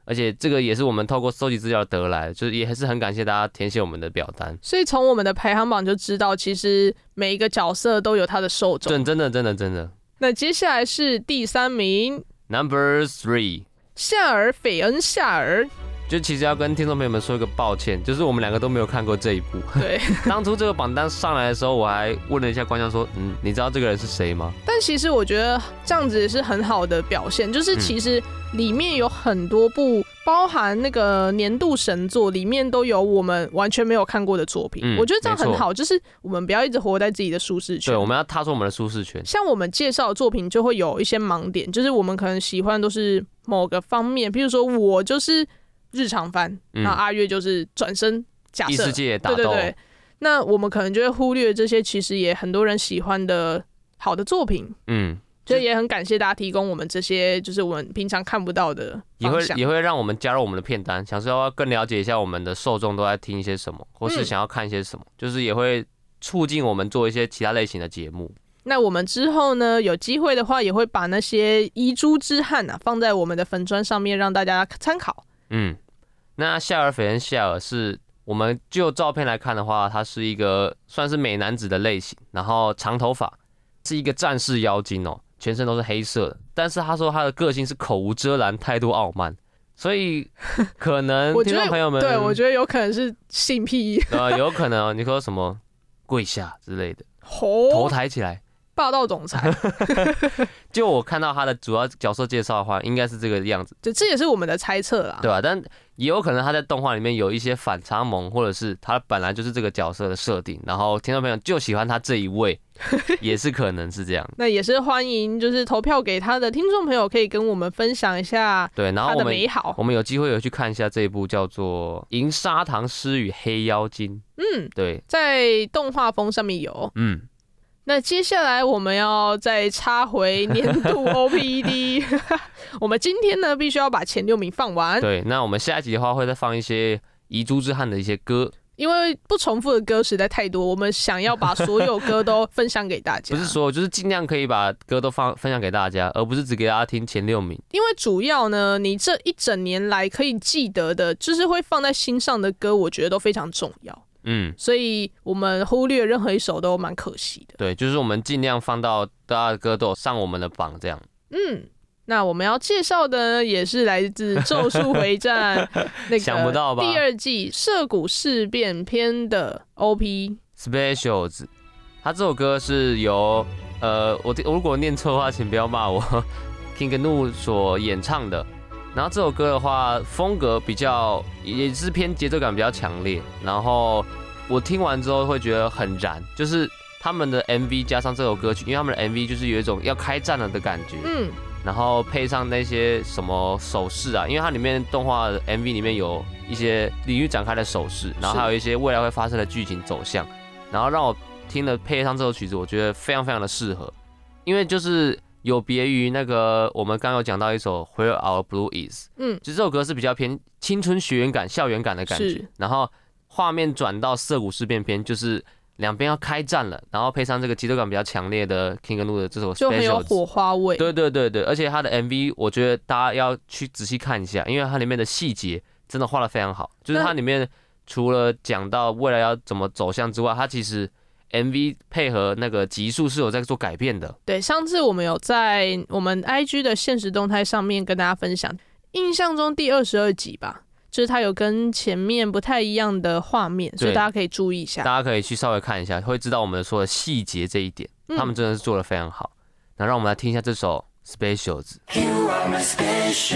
而且这个也是我们透过收集资料得来的，就是也还是很感谢大家填写我们的表单。 所以从我们的排行榜就知道，其实每一个角色都有他的受众。 真真的真的真的。 那接下来是第三名 ，Number Three， 夏尔·斐恩·夏尔。 就其实要跟听众朋友们说一个抱歉，就是我们两个都没有看过这一部。 对， 当初这个榜单上来的时候，我还问了一下观众说：“嗯，你知道这个人是谁吗？” 但其实我觉得这样子也是很好的表现，就是其实里面有很多部，包含那个年度神作，里面都有我们完全没有看过的作品。嗯、我觉得这样很好，就是我们不要一直活在自己的舒适圈。 对，我们要踏出我们的舒适圈。 像我们介绍的作品就会有一些盲点，就是我们可能喜欢都是某个方面，譬如说我就是日常番，那、嗯、阿月就是转身假设异世界打斗， 对对对。那我们可能就会忽略这些其实也很多人喜欢的好的作品，嗯，所以也很感谢大家提供我们这些就是我们平常看不到的方向， 也会也会让我们加入我们的片单，想说要更了解一下我们的受众都在听一些什么，或是想要看一些什么，嗯、就是也会促进我们做一些其他类型的节目。 那我们之后呢，有机会的话也会把那些遗珠之憾啊放在我们的粉专上面，让大家参考。 嗯，那夏尔·斐恩·夏尔是我们就照片来看的话，他是一个算是美男子的类型，然后长头发，是一个战士妖精哦，全身都是黑色的。但是他说他的个性是口无遮拦，态度傲慢，所以可能听众朋友们， 对我觉得有可能是性癖， 呃，有可能、哦、你说什么跪下之类的， 哦、 头抬起来。 霸道总裁， 就我看到他的主要角色介绍的话，应该是这个样子。 这也是我们的猜测啦， 对吧、啊？但也有可能他在动画里面有一些反差萌，或者是他本来就是这个角色的设定，然后听众朋友就喜欢他这一位，也是可能是这样。 那也是欢迎，就是投票给他的听众朋友可以跟我们分享一下对，然后他的美好。 我们有机会有去看一下这一部叫做《银砂糖师与黑妖精》。 嗯， 对， 在动画风上面有。嗯。那接下来我们要再插回年度 O P E D 我们今天呢必须要把前六名放完。 对，那我们下一集的话会再放一些遗珠之憾的一些歌， 因为不重复的歌实在太多，我们想要把所有歌都分享给大家。 不是所有，就是尽量可以把歌都放分享给大家，而不是只给大家听前六名。 因为主要呢，你这一整年来可以记得的，就是会放在心上的歌，我觉得都非常重要。嗯，所以我们忽略任何一首都蛮可惜的。 对，就是我们尽量放到大家的歌都有上我们的榜这样。 嗯，那我们要介绍的也是来自《咒术回战》那想不到吧？ 第二季涉谷事变篇的 O P Specials。他这首歌是由呃，我我如果念错的话，请不要骂我。King Gnu 所演唱的。然后这首歌的话，风格比较也是偏节奏感比较强烈，然后我听完之后会觉得很燃，就是他们的 M V 加上这首歌曲，因为他们的 M V 就是有一种要开战了的感觉，嗯，然后配上那些什么手势啊，因为它里面动画的 M V 里面有一些领域展开的手势，然后还有一些未来会发生的剧情走向，然后让我听了配上这首曲子，我觉得非常非常的适合，因为就是有别于那个我们刚刚有讲到一首 Where Our Blue Is， 嗯，其实这首歌是比较偏青春学园感、校园感的感觉，然后画面转到涩谷事变篇，就是两边要开战了，然后配上这个节奏感比较强烈的 King Gnu 的这首 Specials， 就很有火花味。 对对对对，而且它的 M V 我觉得大家要去仔细看一下，因为它里面的细节真的画得非常好，就是它里面除了讲到未来要怎么走向之外，它其实M V 配合那个集数是有在做改变的。 对，上次我们有在我们 I G 的限时动态上面跟大家分享，印象中第二十二集吧，就是它有跟前面不太一样的画面，所以大家可以注意一下。 大家可以去稍微看一下，会知道我们说的细节这一点，嗯、他们真的是做得非常好。那让我们来听一下这首 Specials。You are my special.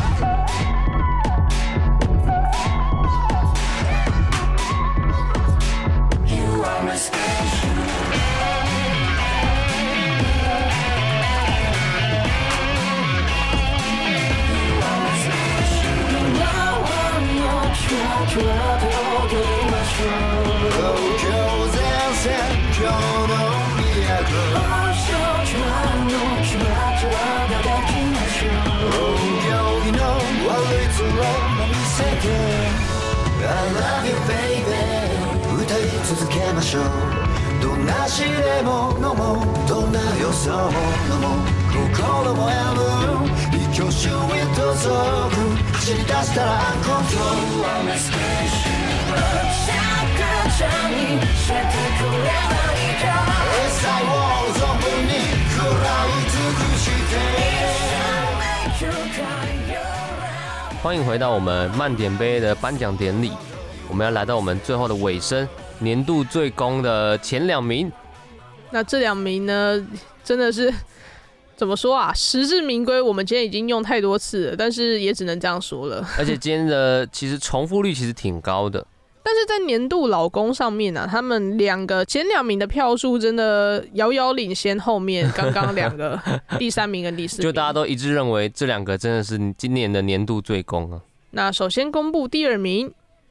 You are my special. You are my special. Now I'm your treasure. Together my soul. Oh, Joseph and John of Miracle. Oh, so try no treasure. That you my soul. Oh, you know what it's wrong. Let me say it. I love you, baby. 歌い続けましょうどんな試練も飲もうどんな良さも飲もう心もやむ一挙手へと続く走り出したらアンコントロールは見つけし逆さにしてくれないかエサイを存分に食らい尽くして欢迎回到我们慢点杯的颁奖典礼，我们要来到我们最后的尾声，年度最攻的前两名。 那这两名呢，真的是怎么说啊？实至名归。我们今天已经用太多次了，但是也只能这样说了。 而且今天的其实重复率其实挺高的。 但是在年度老公上面啊，他们两个前两名的票数真的遥遥领先后面刚刚两个第三名跟第四名， 就大家都一致认为这两个真的是今年的年度最攻啊。 那首先公布第二名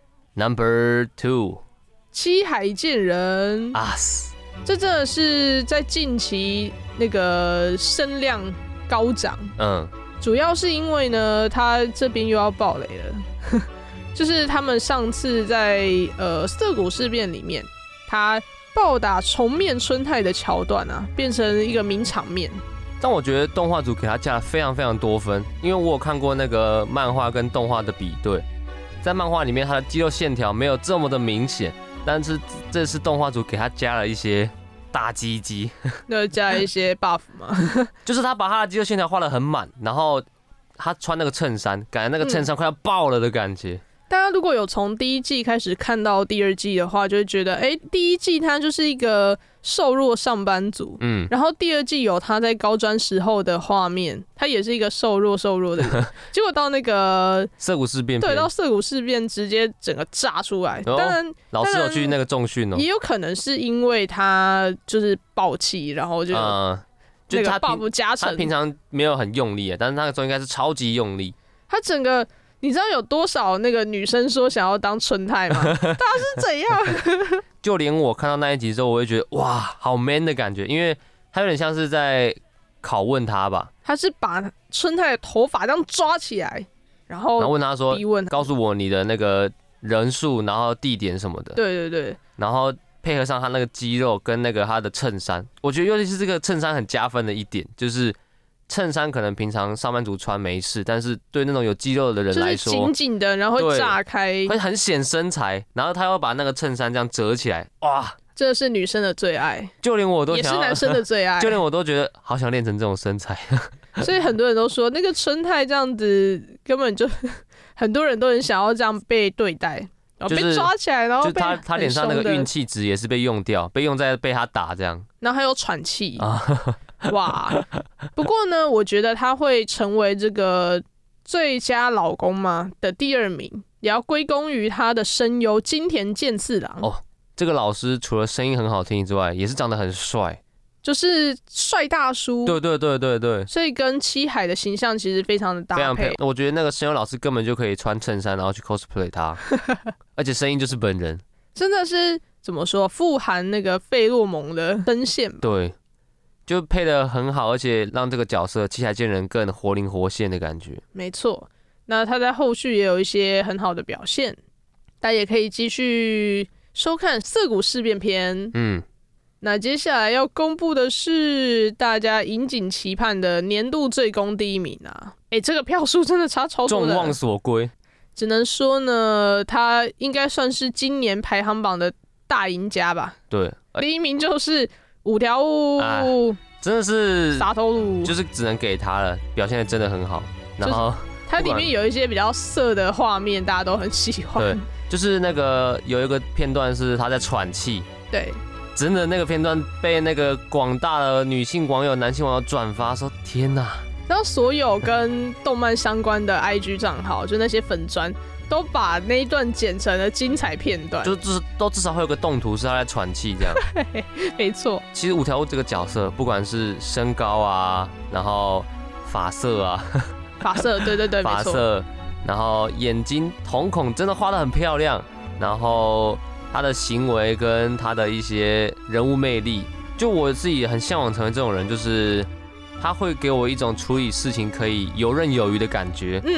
，Number Two， 七海健人啊， 这真的是在近期那个声量高涨， 嗯， 主要是因为呢，他这边又要爆雷了。就是他们上次在呃涩谷事变里面，他暴打重面春太的桥段啊，变成一个名场面。 但我觉得动画组给他加了非常非常多分，因为我有看过那个漫画跟动画的比对，在漫画里面他的肌肉线条没有这么的明显，但是这次动画组给他加了一些大鸡鸡， 那加了一些 buff 嘛， 就是他把他的肌肉线条画得很满，然后他穿那个衬衫，感觉那个衬衫快要爆了的感觉。嗯， 大家如果有从第一季开始看到第二季的话，就会觉得，哎、欸，第一季他就是一个瘦弱上班族，嗯，然后第二季有他在高专时候的画面，他也是一个瘦弱瘦弱的人，结果到那个涩谷事变， 对，到涩谷事变直接整个炸出来。哦、当然， 老师有去那个重训哦， 也有可能是因为他就是爆气，然后就嗯， 那个 buff 加成， 他平常没有很用力，但是那个时候应该是超级用力， 他整个。你知道有多少那个女生说想要当春太吗？他是怎样？ 就连我看到那一集之后，我会觉得哇，好 man 的感觉，因为他有点像是在拷问他吧。 他是把春太的头发这样抓起来，然后然后问他说：“ 逼问他告诉我你的那个人数，然后地点什么的。” 对对对。 然后配合上他那个肌肉跟那个他的衬衫，我觉得尤其是这个衬衫很加分的一点，就是。衬衫可能平常上班族穿没事，但是对那种有肌肉的人来说， 就是紧紧的，然后会炸开， 会很显身材。然后他要把那个衬衫这样折起来，哇， 这是女生的最爱， 就连我都想要， 也是男生的最爱， 就连我都觉得好想练成这种身材。 所以很多人都说，那个春太这样子根本就很多人都很想要这样被对待，然后被抓起来，然后被就他他脸上那个运气值也是被用掉，被用在被他打这样， 然后还有喘气啊。哇，不过呢，我觉得他会成为这个最佳老公嘛的第二名，也要归功于他的声优金田健次郎。 哦，这个老师除了声音很好听之外，也是长得很帅， 就是帅大叔。 对对对对对， 所以跟七海的形象其实非常的搭配。非常配， 我觉得那个声优老师根本就可以穿衬衫，然后去 cosplay 他，而且声音就是本人， 真的是怎么说，富含那个费洛蒙的声线。 对。就配得很好，而且让这个角色七海健人更活灵活现的感觉。 没错，那他在后续也有一些很好的表现，大家也可以继续收看《涩谷事变篇》。嗯，那接下来要公布的是大家引颈期盼的年度最攻第一名啊！哎、欸，这个票数真的差超多的， 众望所归。 只能说呢，他应该算是今年排行榜的大赢家吧。 对， 第一名就是。五条悟、啊、 真的是洒头路， 就是只能给他了，表现的真的很好。然后它里面有一些比较色的画面，大家都很喜欢。 对，就是那个有一个片段是他在喘气， 对， 真的那个片段被那个广大的女性网友、男性网友转发说：“天哪！” 然后所有跟动漫相关的 I G 账号，就那些粉专。都把那一段剪成了精彩片段， 就至都至少会有个动图是他在喘气这样。 没错， 其实五条悟这个角色，不管是身高啊，然后发色啊， 发色，对对对， 发色，然后眼睛瞳孔真的画得很漂亮，然后他的行为跟他的一些人物魅力，就我自己很向往成为这种人，就是他会给我一种处理事情可以游刃有余的感觉。嗯。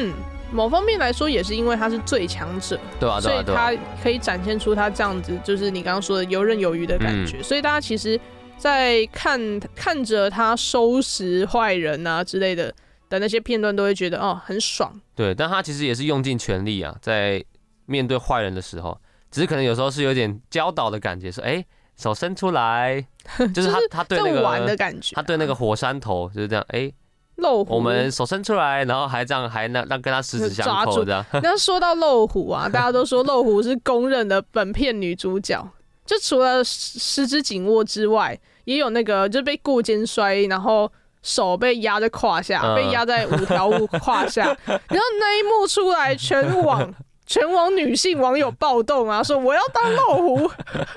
某方面来说，也是因为他是最强者， 对啊，对啊， 所以他可以展现出他这样子，就是你刚刚说的游刃有余的感觉。嗯、所以大家其实，在看看着他收拾坏人啊之类的的那些片段，都会觉得哦很爽。对， 但他其实也是用尽全力啊，在面对坏人的时候，只是可能有时候是有点教导的感觉，说哎、欸、手伸出来，就是他他对那个玩的感觉、啊， 他对那个火山头就是这样，哎、欸。 漏虎， 我们手伸出来，然后还这样，还让让跟他十指相扣这样。 那说到漏虎啊，大家都说漏虎是公认的本片女主角。就除了十指紧握之外，也有那个就被过肩摔，然后手被压在胯下，嗯、被压在五条悟胯下。然后那一幕出来，全网全网女性网友暴动啊，说我要当漏虎。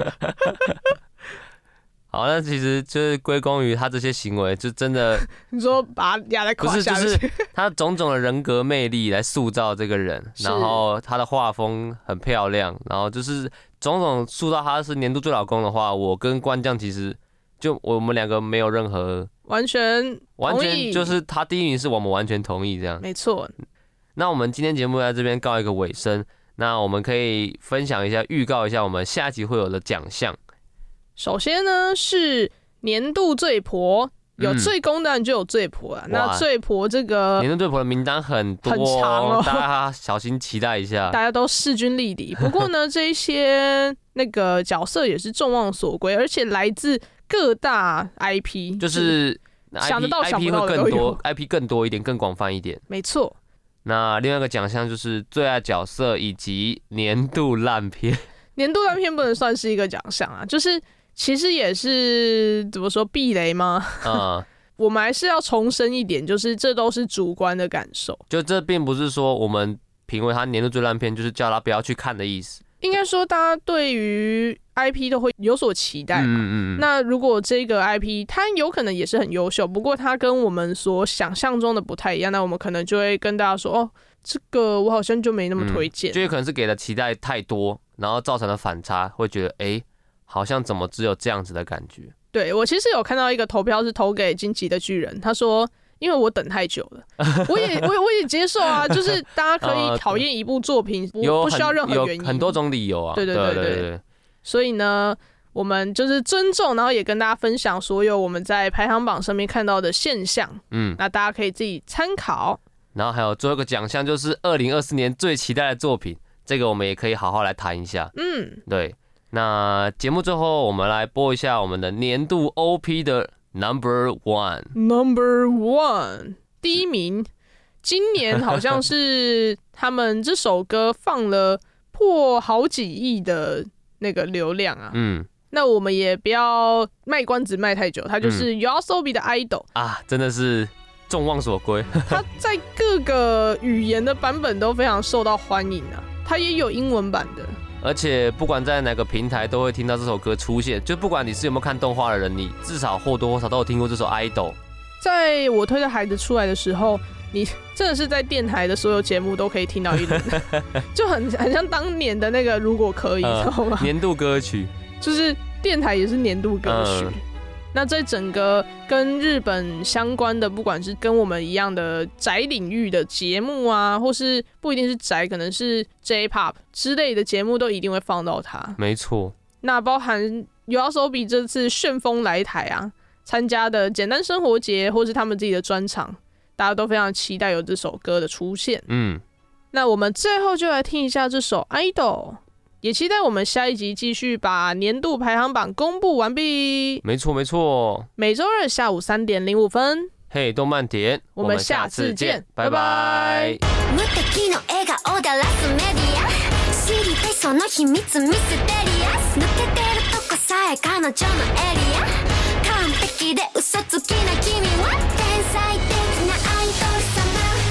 好，那其实就是归功于他这些行为，就真的你说把他压在胯下， 不是，就是他种种的人格魅力来塑造这个人，然后他的画风很漂亮，然后就是种种塑造他是年度最老公的话，我跟关将其实就我们两个没有任何完全完全就是他第一名是我们完全同意这样， 没错。 那我们今天节目在这边告一个尾声，那我们可以分享一下，预告一下我们下一集会有的奖项。 首先呢是年度最婆，有最公当然就有最婆啊。嗯、那最婆这个年度最婆的名单很多， 很长哦， 大家小心期待一下。 大家都势均力敌，不过呢，这一些那个角色也是众望所归，而且来自各大 I P， 就是 I P, 想得到想不到的都有， I P 会更多 ，I P 更多一点，更广泛一点。 没错。 那另外一个奖项就是最爱角色以及年度烂片。 年度烂片不能算是一个奖项啊，就是。其实也是怎么说避雷吗？嗯，我们还是要重申一点，就是这都是主观的感受。 就这并不是说我们评为他年度最烂片，就是叫他不要去看的意思。 应该说，大家对于 I P 都会有所期待嘛。嗯嗯。那如果这个 I P 它有可能也是很优秀，不过它跟我们所想象中的不太一样，那我们可能就会跟大家说，哦，这个我好像就没那么推荐。 嗯、就有可能是给的期待太多，然后造成了反差，会觉得哎。欸好像怎么只有这样子的感觉？ 对，我其实有看到一个投票是投给荆棘的巨人，他说因为我等太久了，我也我也我也接受啊，就是大家可以讨厌一部作品，不、呃、不需要任何原因， 有很多种理由啊。 对对对 对, 對, 對, 對所以呢，我们就是尊重，然后也跟大家分享所有我们在排行榜上面看到的现象，嗯，那大家可以自己参考。 然后还有最后一个奖项就是二零二四年最期待的作品，这个我们也可以好好来谈一下。嗯，对。那节目最后，我们来播一下我们的年度 O P 的 Number One。Number One 第一名，今年好像是他们这首歌放了破好几亿的那个流量啊。嗯，那我们也不要卖关子卖太久，它就是 YOASOBI 的 idol、 嗯、啊，真的是众望所归。 它在各个语言的版本都非常受到欢迎啊，它也有英文版的。 而且不管在哪个平台都会听到这首歌出现，就不管你是有没有看动画的人，你至少或多或少都有听过这首 idol。在我推的孩子出来的时候，你真的是在电台的所有节目都可以听到一轮，就很很像当年的那个如果可以，知道吗？ 年度歌曲， 就是电台也是年度歌曲。嗯，那在整个跟日本相关的，不管是跟我们一样的宅领域的节目啊，或是不一定是宅，可能是 J-pop 之类的节目，都一定会放到它。 没错。 那包含YOASOBI这次旋风来台啊，参加的简单生活节，或是他们自己的专场，大家都非常期待有这首歌的出现。嗯，那我们最后就来听一下这首 idol。也期待我们下一集继续把年度排行榜公布完毕。 没错没错， 每周二下午三点零五分， 嘿、hey, 动漫点， 我们下次见，拜拜。無敵の笑顔でラスメディア知りたいその秘密ミステリアス抜けてるとこさえ彼女のエリア完璧で嘘つきな君は天才的なアイドル様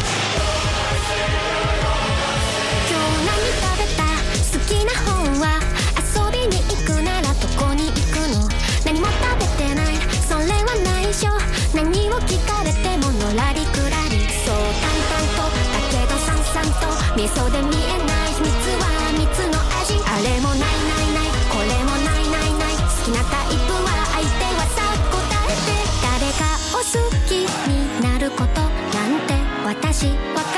今日何食べた好きな本は遊びに行くならどこに行くの何も食べてないそれは内緒何を聞かれてものらりくらりそう淡々とだけどさんさんと見えそうで見えない秘密は蜜の味あれもないないないこれもないないない好きなタイプは相手はさ答えて誰かを好きになることなんて私わからない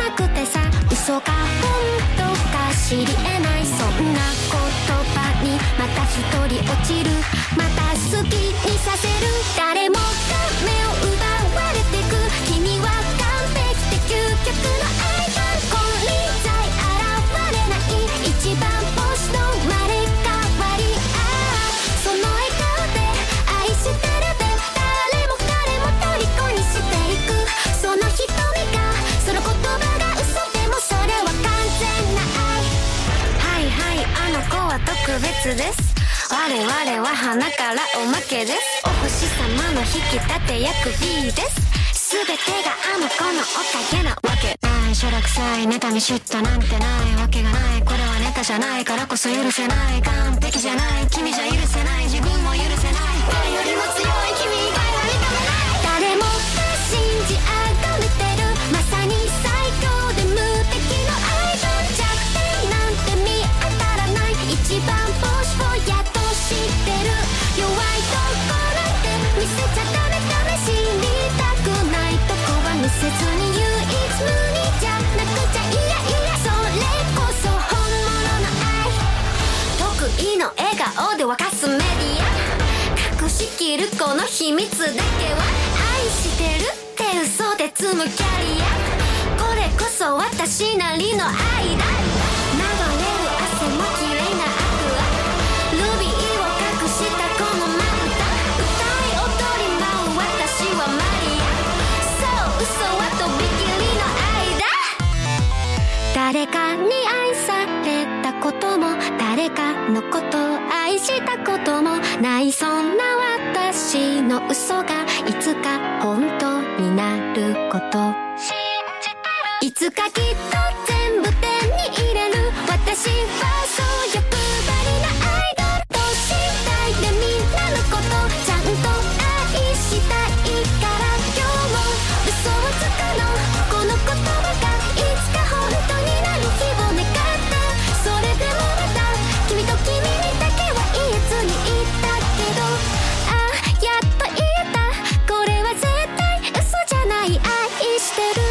なくてさ嘘か本当か知り得ないそんな言葉にまた一人落ちるまた好きにさせる誰もが目を奪われてく君は完璧で究極のアイドル金輪際現れない一番星の生まれ変わりああその笑顔で愛してるで誰も彼も虜にしていくその瞳がその言葉が嘘でもそれは完全な愛はいはいあの子は特別です我々は花からおまけですお星様の引き立て役 B です全てがあの子のおかげなわけないしょらくさい妬み嫉妬なんてないわけがないこれはネタじゃないからこそ許せない完璧じゃない君じゃ許せない自分も許せない誰よりも強い君以外は認めない誰もが信じあがめてるまさに最強で無敵のアイドル弱点なんて見当たらない一番星をやっと知ってる弱いとこなんて見せちゃダメダメ知りたくないとこは見せずに唯一無二じゃなくちゃいやいやそれこそ本物の愛得意の笑顔で沸かすメディア隠しきるこの秘密だけは愛してるって嘘で積むキャリアこれこそ私なりの愛だ流れる汗も綺麗なアクアルビーを隠したこのまぶた歌い踊り舞う私はマリアそう嘘はとびきりの愛だ誰かに愛されたことも誰かのことを愛したこともないそんな私の嘘がいつか本当になることいつかきっと全部手に入れる私はそう欲張りなアイドルとしたいでみんなのことちゃんと愛したいから今日も嘘をつくのこの言葉がいつか本当になる日を願ったそれでもまた君と君にだけは言えずにいたけどああやっと言えたこれは絶対嘘じゃない愛してる